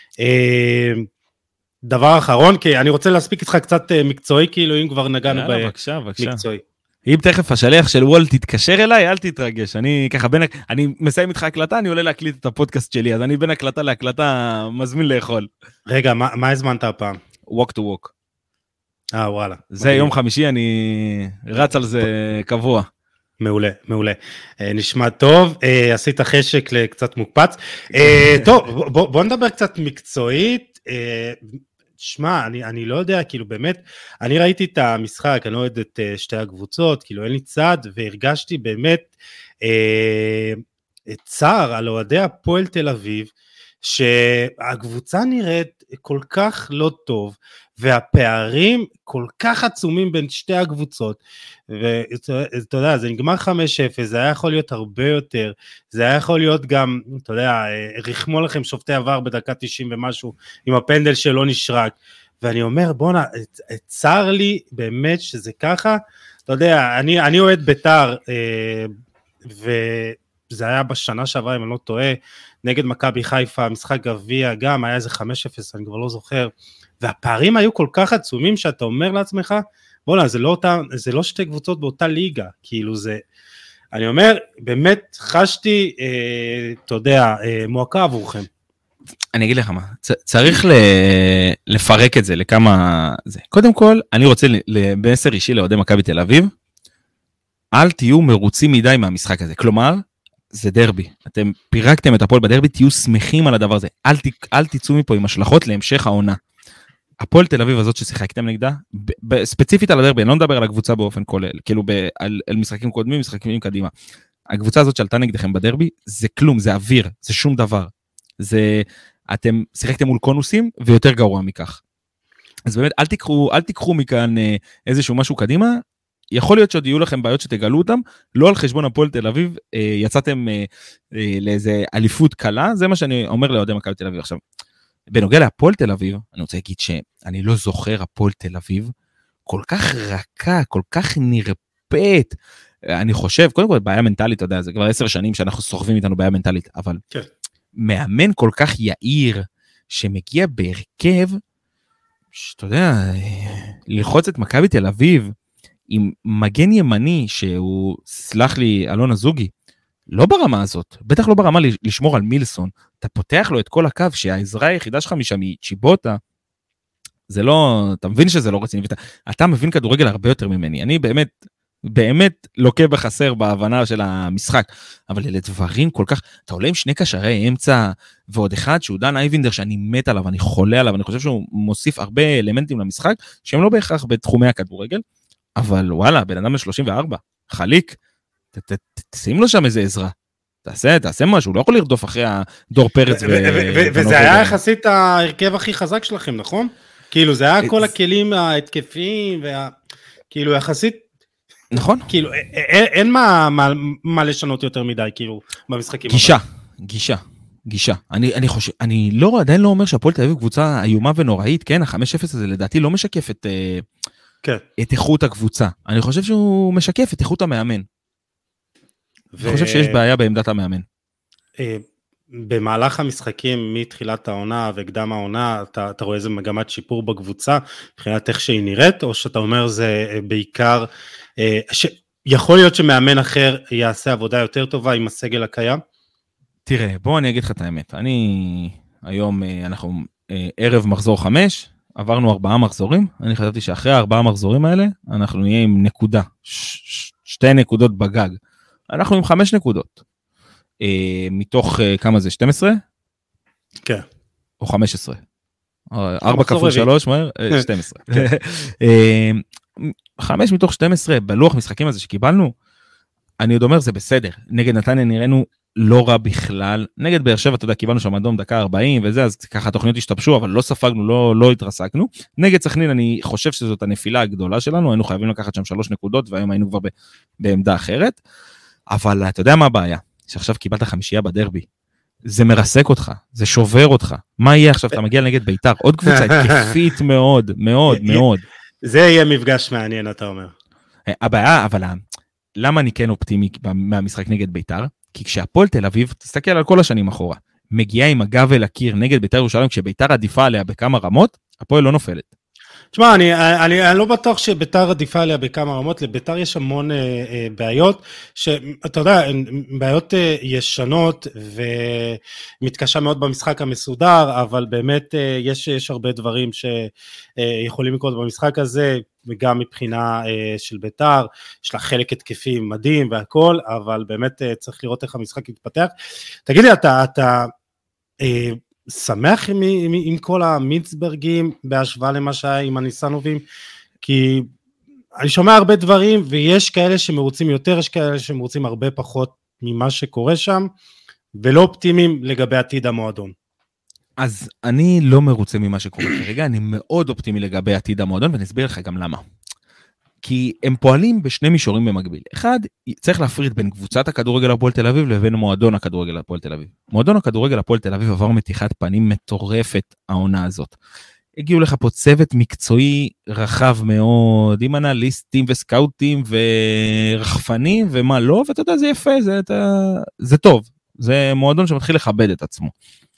דבר אחרון, כי אני רוצה להספיק איתך קצת מקצועי, כאילו אם כבר נגענו במקצועי. אם תכף השליח של וולט תתקשר אליי, אל תתרגש, אני ככה בין, אני מסיים איתך הקלטה, אני עולה להקליט את הפודקאסט שלי, אז אני בין הקלטה להקלטה מזמין לאכול. רגע, מה, מה הזמנת הפעם? walk to walk. אה, וואלה. זה יום חמישי, אני רץ על זה קבוע. מעולה, מעולה. נשמע טוב, עשית חשק לקצת מוקפץ. טוב, בוא, בוא נדבר קצת מקצועית. שמע, אני, אני לא יודע, כאילו באמת, אני ראיתי את המשחק, אני לא יודע את שתי הקבוצות, כאילו אין לי צד, והרגשתי באמת אה, צער על אוהדי הפועל תל אביב, שהקבוצה נראית כל כך לא טוב, והפערים כל כך עצומים בין שתי הקבוצות, ואתה יודע, זה נגמר חמש אפס, זה היה יכול להיות הרבה יותר, זה היה יכול להיות גם, אתה יודע, רחמו לכם שופטי עבר בדקה תשעים ומשהו, עם הפנדל שלא נשרק, ואני אומר, בוא'נה, צר לי באמת שזה ככה, אתה יודע, אני, אני אוהד בית"ר, וזה היה בשנה שעברה, אם אני לא טועה, נגד מכבי חיפה, משחק גביע, גם היה איזה חמש אפס, אני כבר לא זוכר, והפערים היו כל כך עצומים שאתה אומר לעצמך, בוא'נה, זה לא אותה, זה לא שתי קבוצות באותה ליגה, כאילו זה, אני אומר, באמת חשתי, אה, אתה יודע, אה, מועקה עבורכם. אני אגיד לך מה, צריך לפרק את זה לכמה, זה. קודם כל, אני רוצה בעשר אישי לאוהדי מכבי תל אביב, אל תהיו מרוצים מדי מהמשחק הזה, כלומר, זה דרבי, אתם פירקתם את הפועל בדרבי, תהיו שמחים על הדבר הזה, אל, אל תצאו מפה עם השלכות להמשך העונה. הפועל תל אביב הזאת ששיחקתם נגדה, ספציפית על הדרבי, אני לא מדבר על הקבוצה באופן כולל, כאילו ב, על, על משחקים קודמים, משחקים קדימה. הקבוצה הזאת שעלתה נגדכם בדרבי, זה כלום, זה אוויר, זה שום דבר. זה, אתם שיחקתם מול קונוסים, ויותר גרוע מכך. אז באמת, אל תיקחו, אל תיקחו מכאן איזשהו משהו קדימה, יכול להיות שעוד יהיו לכם בעיות שתגלו אותם, לא על חשבון הפועל תל אביב, יצאתם לאיזה אליפות קלה, זה מה שאני אומר לאוהדי מכבי תל אביב עכשיו. בנוגע להפועל תל אביב, אני רוצה להגיד שאני לא זוכר הפועל תל אביב, כל כך רכה, כל כך נרפאת, אני חושב, קודם כל בעיה מנטלית, אתה יודע, זה כבר עשר שנים שאנחנו סוחבים איתנו בעיה מנטלית, אבל כן. מאמן כל כך יעיר, שמגיע בהרכב, שאתה יודע, ללחוץ את מכבי תל אביב, עם מגן ימני, שהוא, סלח לי, אלון הזוגי, לא ברמה הזאת, בטח לא ברמה לשמור על מילסון, אתה פותח לו את כל הקו, שהעזרה היחידה שלך משם היא צ'יבוטה, זה לא, אתה מבין שזה לא רציני, ואתה, אתה מבין כדורגל הרבה יותר ממני, אני באמת, באמת לוקה בחסר בהבנה של המשחק, אבל אלה דברים כל כך, אתה עולה עם שני קשרי אמצע, ועוד אחד שהוא דן אייבינדר, שאני מת עליו, אני חולה עליו, אני חושב שהוא מוסיף הרבה אלמנטים למשחק, שהם לא בהכרח בתחומי הכדורגל, אבל וואלה, בן אדם ל-שלושים וארבע, חליק, תשים לו שם איזה עזרה, תעשה, תעשה משהו, לא יכול לרדוף אחרי הדור פרץ. וזה היה יחסית ההרכב הכי חזק שלכם, נכון? כאילו, זה היה כל הכלים ההתקפיים, כאילו, יחסית, נכון. כאילו, אין מה לשנות יותר מדי, כאילו, במשחקים. גישה, גישה, גישה. אני חושב, אני לא, עדיין לא אומר שהפועל תל אביב קבוצה איומה ונוראית, כן, ה-חמש אפס הזה לדעתי לא משקף את את איכות הקבוצה. אני חושב שהוא משקף את איכות המאמן. אני חושב שיש בעיה בעמדת המאמן. במהלך המשחקים מתחילת העונה וקדם העונה, אתה, אתה רואה איזה מגמת שיפור בקבוצה, מבחינת איך שהיא נראית, או שאתה אומר זה בעיקר, שיכול להיות שמאמן אחר יעשה עבודה יותר טובה עם הסגל הקיים? תראה, בוא אני אגיד לך את האמת. אני, היום אנחנו ערב מחזור חמש, עברנו ארבעה מחזורים, אני חשבתי שאחרי הארבעה מחזורים האלה, אנחנו נהיה עם נקודה, ש- שתי נקודות בגג. אנחנו עם חמש נקודות. אה, מתוך אה, כמה זה? שתים עשרה? כן. או חמש עשרה? ארבע כפול שלוש, מהר? שתים עשרה. חמש מתוך שתים עשרה, בלוח משחקים הזה שקיבלנו, אני עוד אומר, זה בסדר. נגד נתניה נראינו לא רע בכלל. נגד באר שבע, אתה יודע, קיבלנו שם אדום דקה ארבעים וזה, אז ככה התוכניות השתבשו, אבל לא ספגנו, לא, לא התרסקנו. נגד סכנין, אני חושב שזאת הנפילה הגדולה שלנו, היינו חייבים לקחת שם שלוש נקודות, והיום היינו כבר ב, בעמדה אחרת. אבל אתה יודע מה הבעיה? שעכשיו קיבלת חמישייה בדרבי. זה מרסק אותך, זה שובר אותך. מה יהיה עכשיו? אתה מגיע נגד ביתר, עוד קבוצה התקפית מאוד, מאוד, מאוד. זה יהיה מפגש מעניין, אתה אומר. הבעיה, אבל למה אני כן אופטימי מהמשחק נגד ביתר? כי כשהפועל תל אביב, תסתכל על כל השנים אחורה, מגיעה עם הגב אל הקיר נגד בית"ר ירושלים, כשבית"ר עדיפה עליה בכמה רמות, הפועל לא נופלת. תשמע, אני, אני, אני לא בטוח שבית"ר עדיפה עליה בכמה רמות, לבית"ר יש המון אה, אה, בעיות, שאתה יודע, בעיות אה, ישנות, ומתקשה מאוד במשחק המסודר, אבל באמת אה, יש, יש הרבה דברים שיכולים לקרות במשחק הזה, וגם מבחינה אה, של בית"ר, יש לה חלק התקפי מדהים והכל, אבל באמת אה, צריך לראות איך המשחק יתפתח. תגיד לי, אתה... אתה אה, שמח עם, עם, עם כל המיצברגים בהשוואה למה שהיה עם הניסנובים, כי אני שומע הרבה דברים, ויש כאלה שמרוצים יותר, יש כאלה שמרוצים הרבה פחות ממה שקורה שם, ולא אופטימיים לגבי עתיד המועדון. אז אני לא מרוצה ממה שקורה כרגע, אני מאוד אופטימי לגבי עתיד המועדון, ואני אסביר לך גם למה. כי הם פועלים בשני מישורים במקביל. אחד, צריך להפריד בין קבוצת הכדורגל הפועל תל אביב לבין מועדון הכדורגל הפועל תל אביב. מועדון הכדורגל הפועל תל אביב עבר מתיחת פנים מטורפת העונה הזאת. הגיעו לך פה צוות מקצועי רחב מאוד, עם אנליסטים וסקאוטים ורחפנים ומה לא, ואתה יודע, זה יפה, זה, אתה, זה טוב. זה מועדון שמתחיל לכבד את עצמו.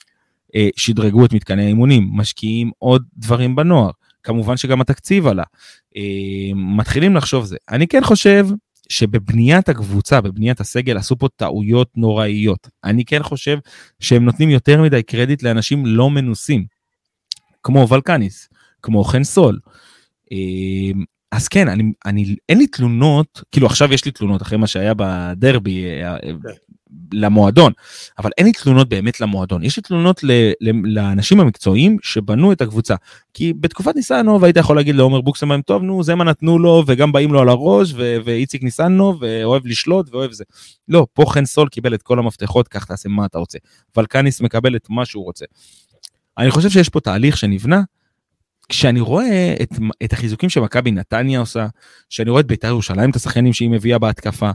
שדרגו את מתקני האימונים, משקיעים עוד דברים בנוער. כמובן שגם התקציב עלה. מתחילים לחשוב זה. אני כן חושב שבבניית הקבוצה, בבניית הסגל, עשו פה טעויות נוראיות. אני כן חושב שהם נותנים יותר מדי קרדיט לאנשים לא מנוסים, כמו ולקניס, כמו חן סול. אז כן, אני, אני, אין לי תלונות, כאילו עכשיו יש לי תלונות אחרי מה שהיה בדרבי למועדון, אבל אין לי תלונות באמת למועדון. יש לי תלונות ל, ל, לאנשים המקצועיים שבנו את הקבוצה. כי בתקופת ניסנוב היית יכול להגיד לעומר בוקסמן, טוב, נו, זה מה נתנו לו, וגם באים לו על הראש, ו- ואיציק ניסנוב, ואוהב לשלוט, ואוהב זה. לא, פה חן סול קיבל את כל המפתחות, כך תעשה מה אתה רוצה. ולקניס מקבל את מה שהוא רוצה. אני חושב שיש פה תהליך שנבנה, כשאני רואה את, את החיזוקים שמכבי נתניה עושה, כשאני רואה את בית"ר ירושלים, את השחקנים שהיא מביאה בהתקפה,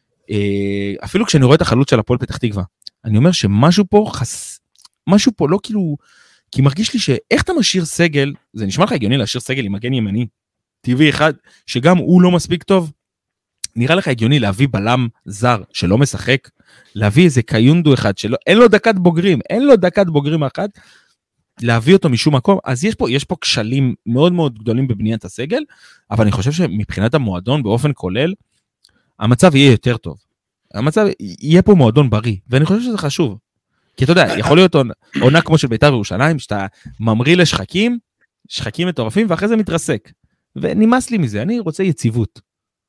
אפילו כשאני רואה את החלוץ של הפועל פתח תקווה, אני אומר שמשהו פה חס... משהו פה לא כאילו, כי מרגיש לי שאיך אתה משאיר סגל, זה נשמע לך הגיוני להשאיר סגל עם מגן ימני, טבעי אחד, שגם הוא לא מספיק טוב, נראה לך הגיוני להביא בלם זר שלא משחק, להביא איזה קיונדו אחד שלא, אין לו דקת בוגרים, אין לו דקת בוגרים אחת, להביא אותו משום מקום, אז יש פה, יש פה כשלים מאוד מאוד גדולים בבניית הסגל, אבל אני חושב שמבחינת המועדון באופן כולל, המצב יהיה יותר טוב. המצב, יהיה פה מועדון בריא, ואני חושב שזה חשוב. כי אתה יודע, יכול להיות עונה כמו של בית"ר ירושלים, שאתה ממריא לשחקים, שחקים מטורפים, ואחרי זה מתרסק. ונמאס לי מזה, אני רוצה יציבות.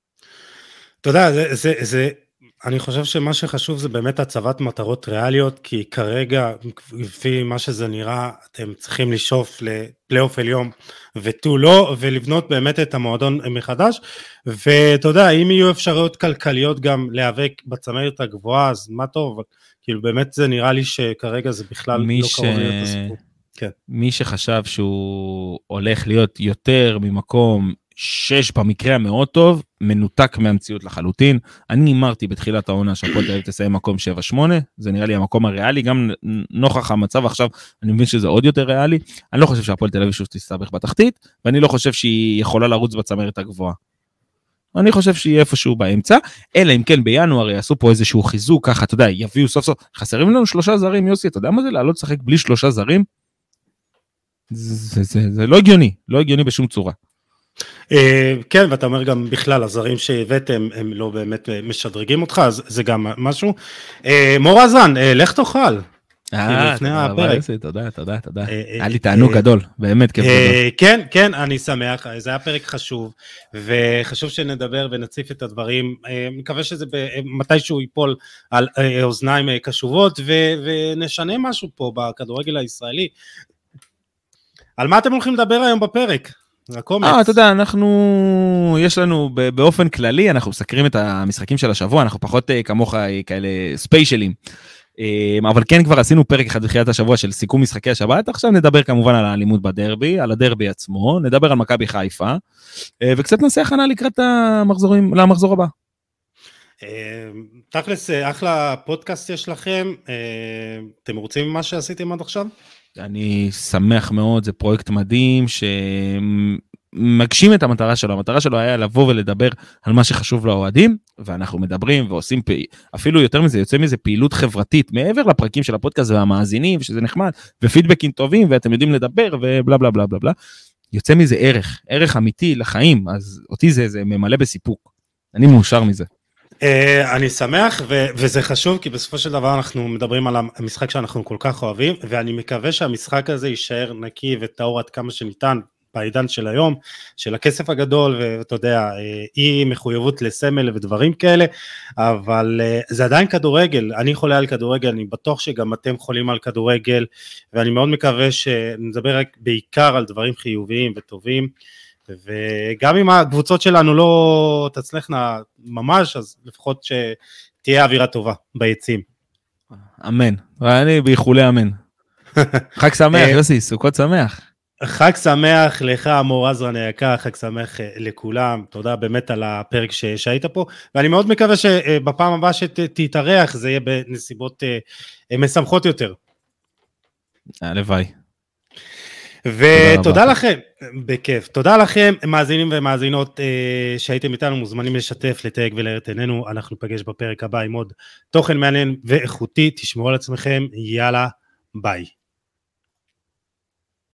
אתה יודע, זה, זה, זה, אני חושב שמה שחשוב זה באמת הצבת מטרות ריאליות, כי כרגע, לפי מה שזה נראה, אתם צריכים לשאוף לפלייאוף עליון ותו לא, ולבנות באמת את המועדון מחדש, ואתה יודע, אם יהיו אפשרויות כלכליות גם להיאבק בצמרת הגבוהה, אז מה טוב, כאילו באמת זה נראה לי שכרגע זה בכלל לא ש... קרוב להיות הסיפור. כן. מי שחשב שהוא הולך להיות יותר ממקום שש במקרה המאוד טוב, מנותק מהמציאות לחלוטין. אני אמרתי בתחילת העונה שהפועל תל אביב תסיים מקום שבע שמונה, זה נראה לי המקום הריאלי, גם נוכח המצב עכשיו, אני מבין שזה עוד יותר ריאלי. אני לא חושב שהפועל תל אביב שוב תסתבך בתחתית, ואני לא חושב שהיא יכולה לרוץ בצמרת הגבוהה. אני חושב שהיא איפשהו באמצע, אלא אם כן בינואר יעשו פה איזשהו חיזוק, ככה, אתה יודע, יביאו סוף סוף, חסרים לנו שלושה זרים, יוסי, אתה יודע מה זה? לעלות לשחק בלי שלושה זרים? זה, זה, זה לא הגיוני, לא הגיוני בשום צורה. כן, ואתה אומר גם בכלל, הזרים שהבאתם, הם לא באמת משדרגים אותך, אז זה גם משהו. מור אזן, לך תאכל. אה, תודה, תודה, תודה. היה לי תענוג גדול, באמת כיף גדול. כן, כן, אני שמח, זה היה פרק חשוב, וחשוב שנדבר ונציף את הדברים, מקווה שזה מתישהו ייפול על אוזניים קשובות, ונשנה משהו פה בכדורגל הישראלי. על מה אתם הולכים לדבר היום בפרק? אה, אתה יודע, אנחנו, יש לנו באופן כללי, אנחנו מסקרים את המשחקים של השבוע, אנחנו פחות כמוך כאלה ספיישלים, אבל כן כבר עשינו פרק אחד בתחילת השבוע של סיכום משחקי השבת, עכשיו נדבר כמובן על האלימות בדרבי, על הדרבי עצמו, נדבר על מכבי חיפה, וקצת נעשה הכנה לקראת המחזורים, למחזור הבא. תכלס, אחלה פודקאסט יש לכם, אתם רוצים ממה שעשיתם עד עכשיו? אני שמח מאוד, זה פרויקט מדהים, מגשים את המטרה שלו, המטרה שלו היה לבוא ולדבר על מה שחשוב לאוהדים, ואנחנו מדברים ועושים, אפילו יותר מזה, יוצא מזה פעילות חברתית, מעבר לפרקים של הפודקאסט והמאזינים, שזה נחמד, ופידבקים טובים, ואתם יודעים לדבר, ובלה בלה בלה בלה בלה, יוצא מזה ערך, ערך אמיתי לחיים, אז אותי זה, זה ממלא בסיפוק, אני מאושר מזה. אני שמח, וזה חשוב, כי בסופו של דבר אנחנו מדברים על המשחק שאנחנו כל כך אוהבים, ואני מקווה שהמשחק הזה יישאר נקי וטהור עד כמה שניתן, בעידן של היום, של הכסף הגדול, ואתה יודע, אי מחויבות לסמל ודברים כאלה, אבל זה עדיין כדורגל, אני חולה על כדורגל, אני בטוח שגם אתם חולים על כדורגל, ואני מאוד מקווה שנדבר רק בעיקר על דברים חיוביים וטובים, וגם אם הקבוצות שלנו לא תצלחנה ממש, אז לפחות שתהיה אווירה טובה ביציעים. אמן, ואני באיחולי אמן. חג שמח, יוסי, סוכות שמח. חג שמח לך, מור עזרן היקר, חג שמח לכולם, תודה באמת על הפרק שהיית פה, ואני מאוד מקווה שבפעם הבאה שתתארח, זה יהיה בנסיבות משמחות יותר. הלוואי. ותודה לכם, בכיף, תודה לכם, מאזינים ומאזינות שהייתם איתנו, מוזמנים לשתף, לתייג ולהאיר את עינינו, אנחנו נפגש בפרק הבא עם עוד תוכן מעניין ואיכותי, תשמעו על עצמכם, יאללה, ביי.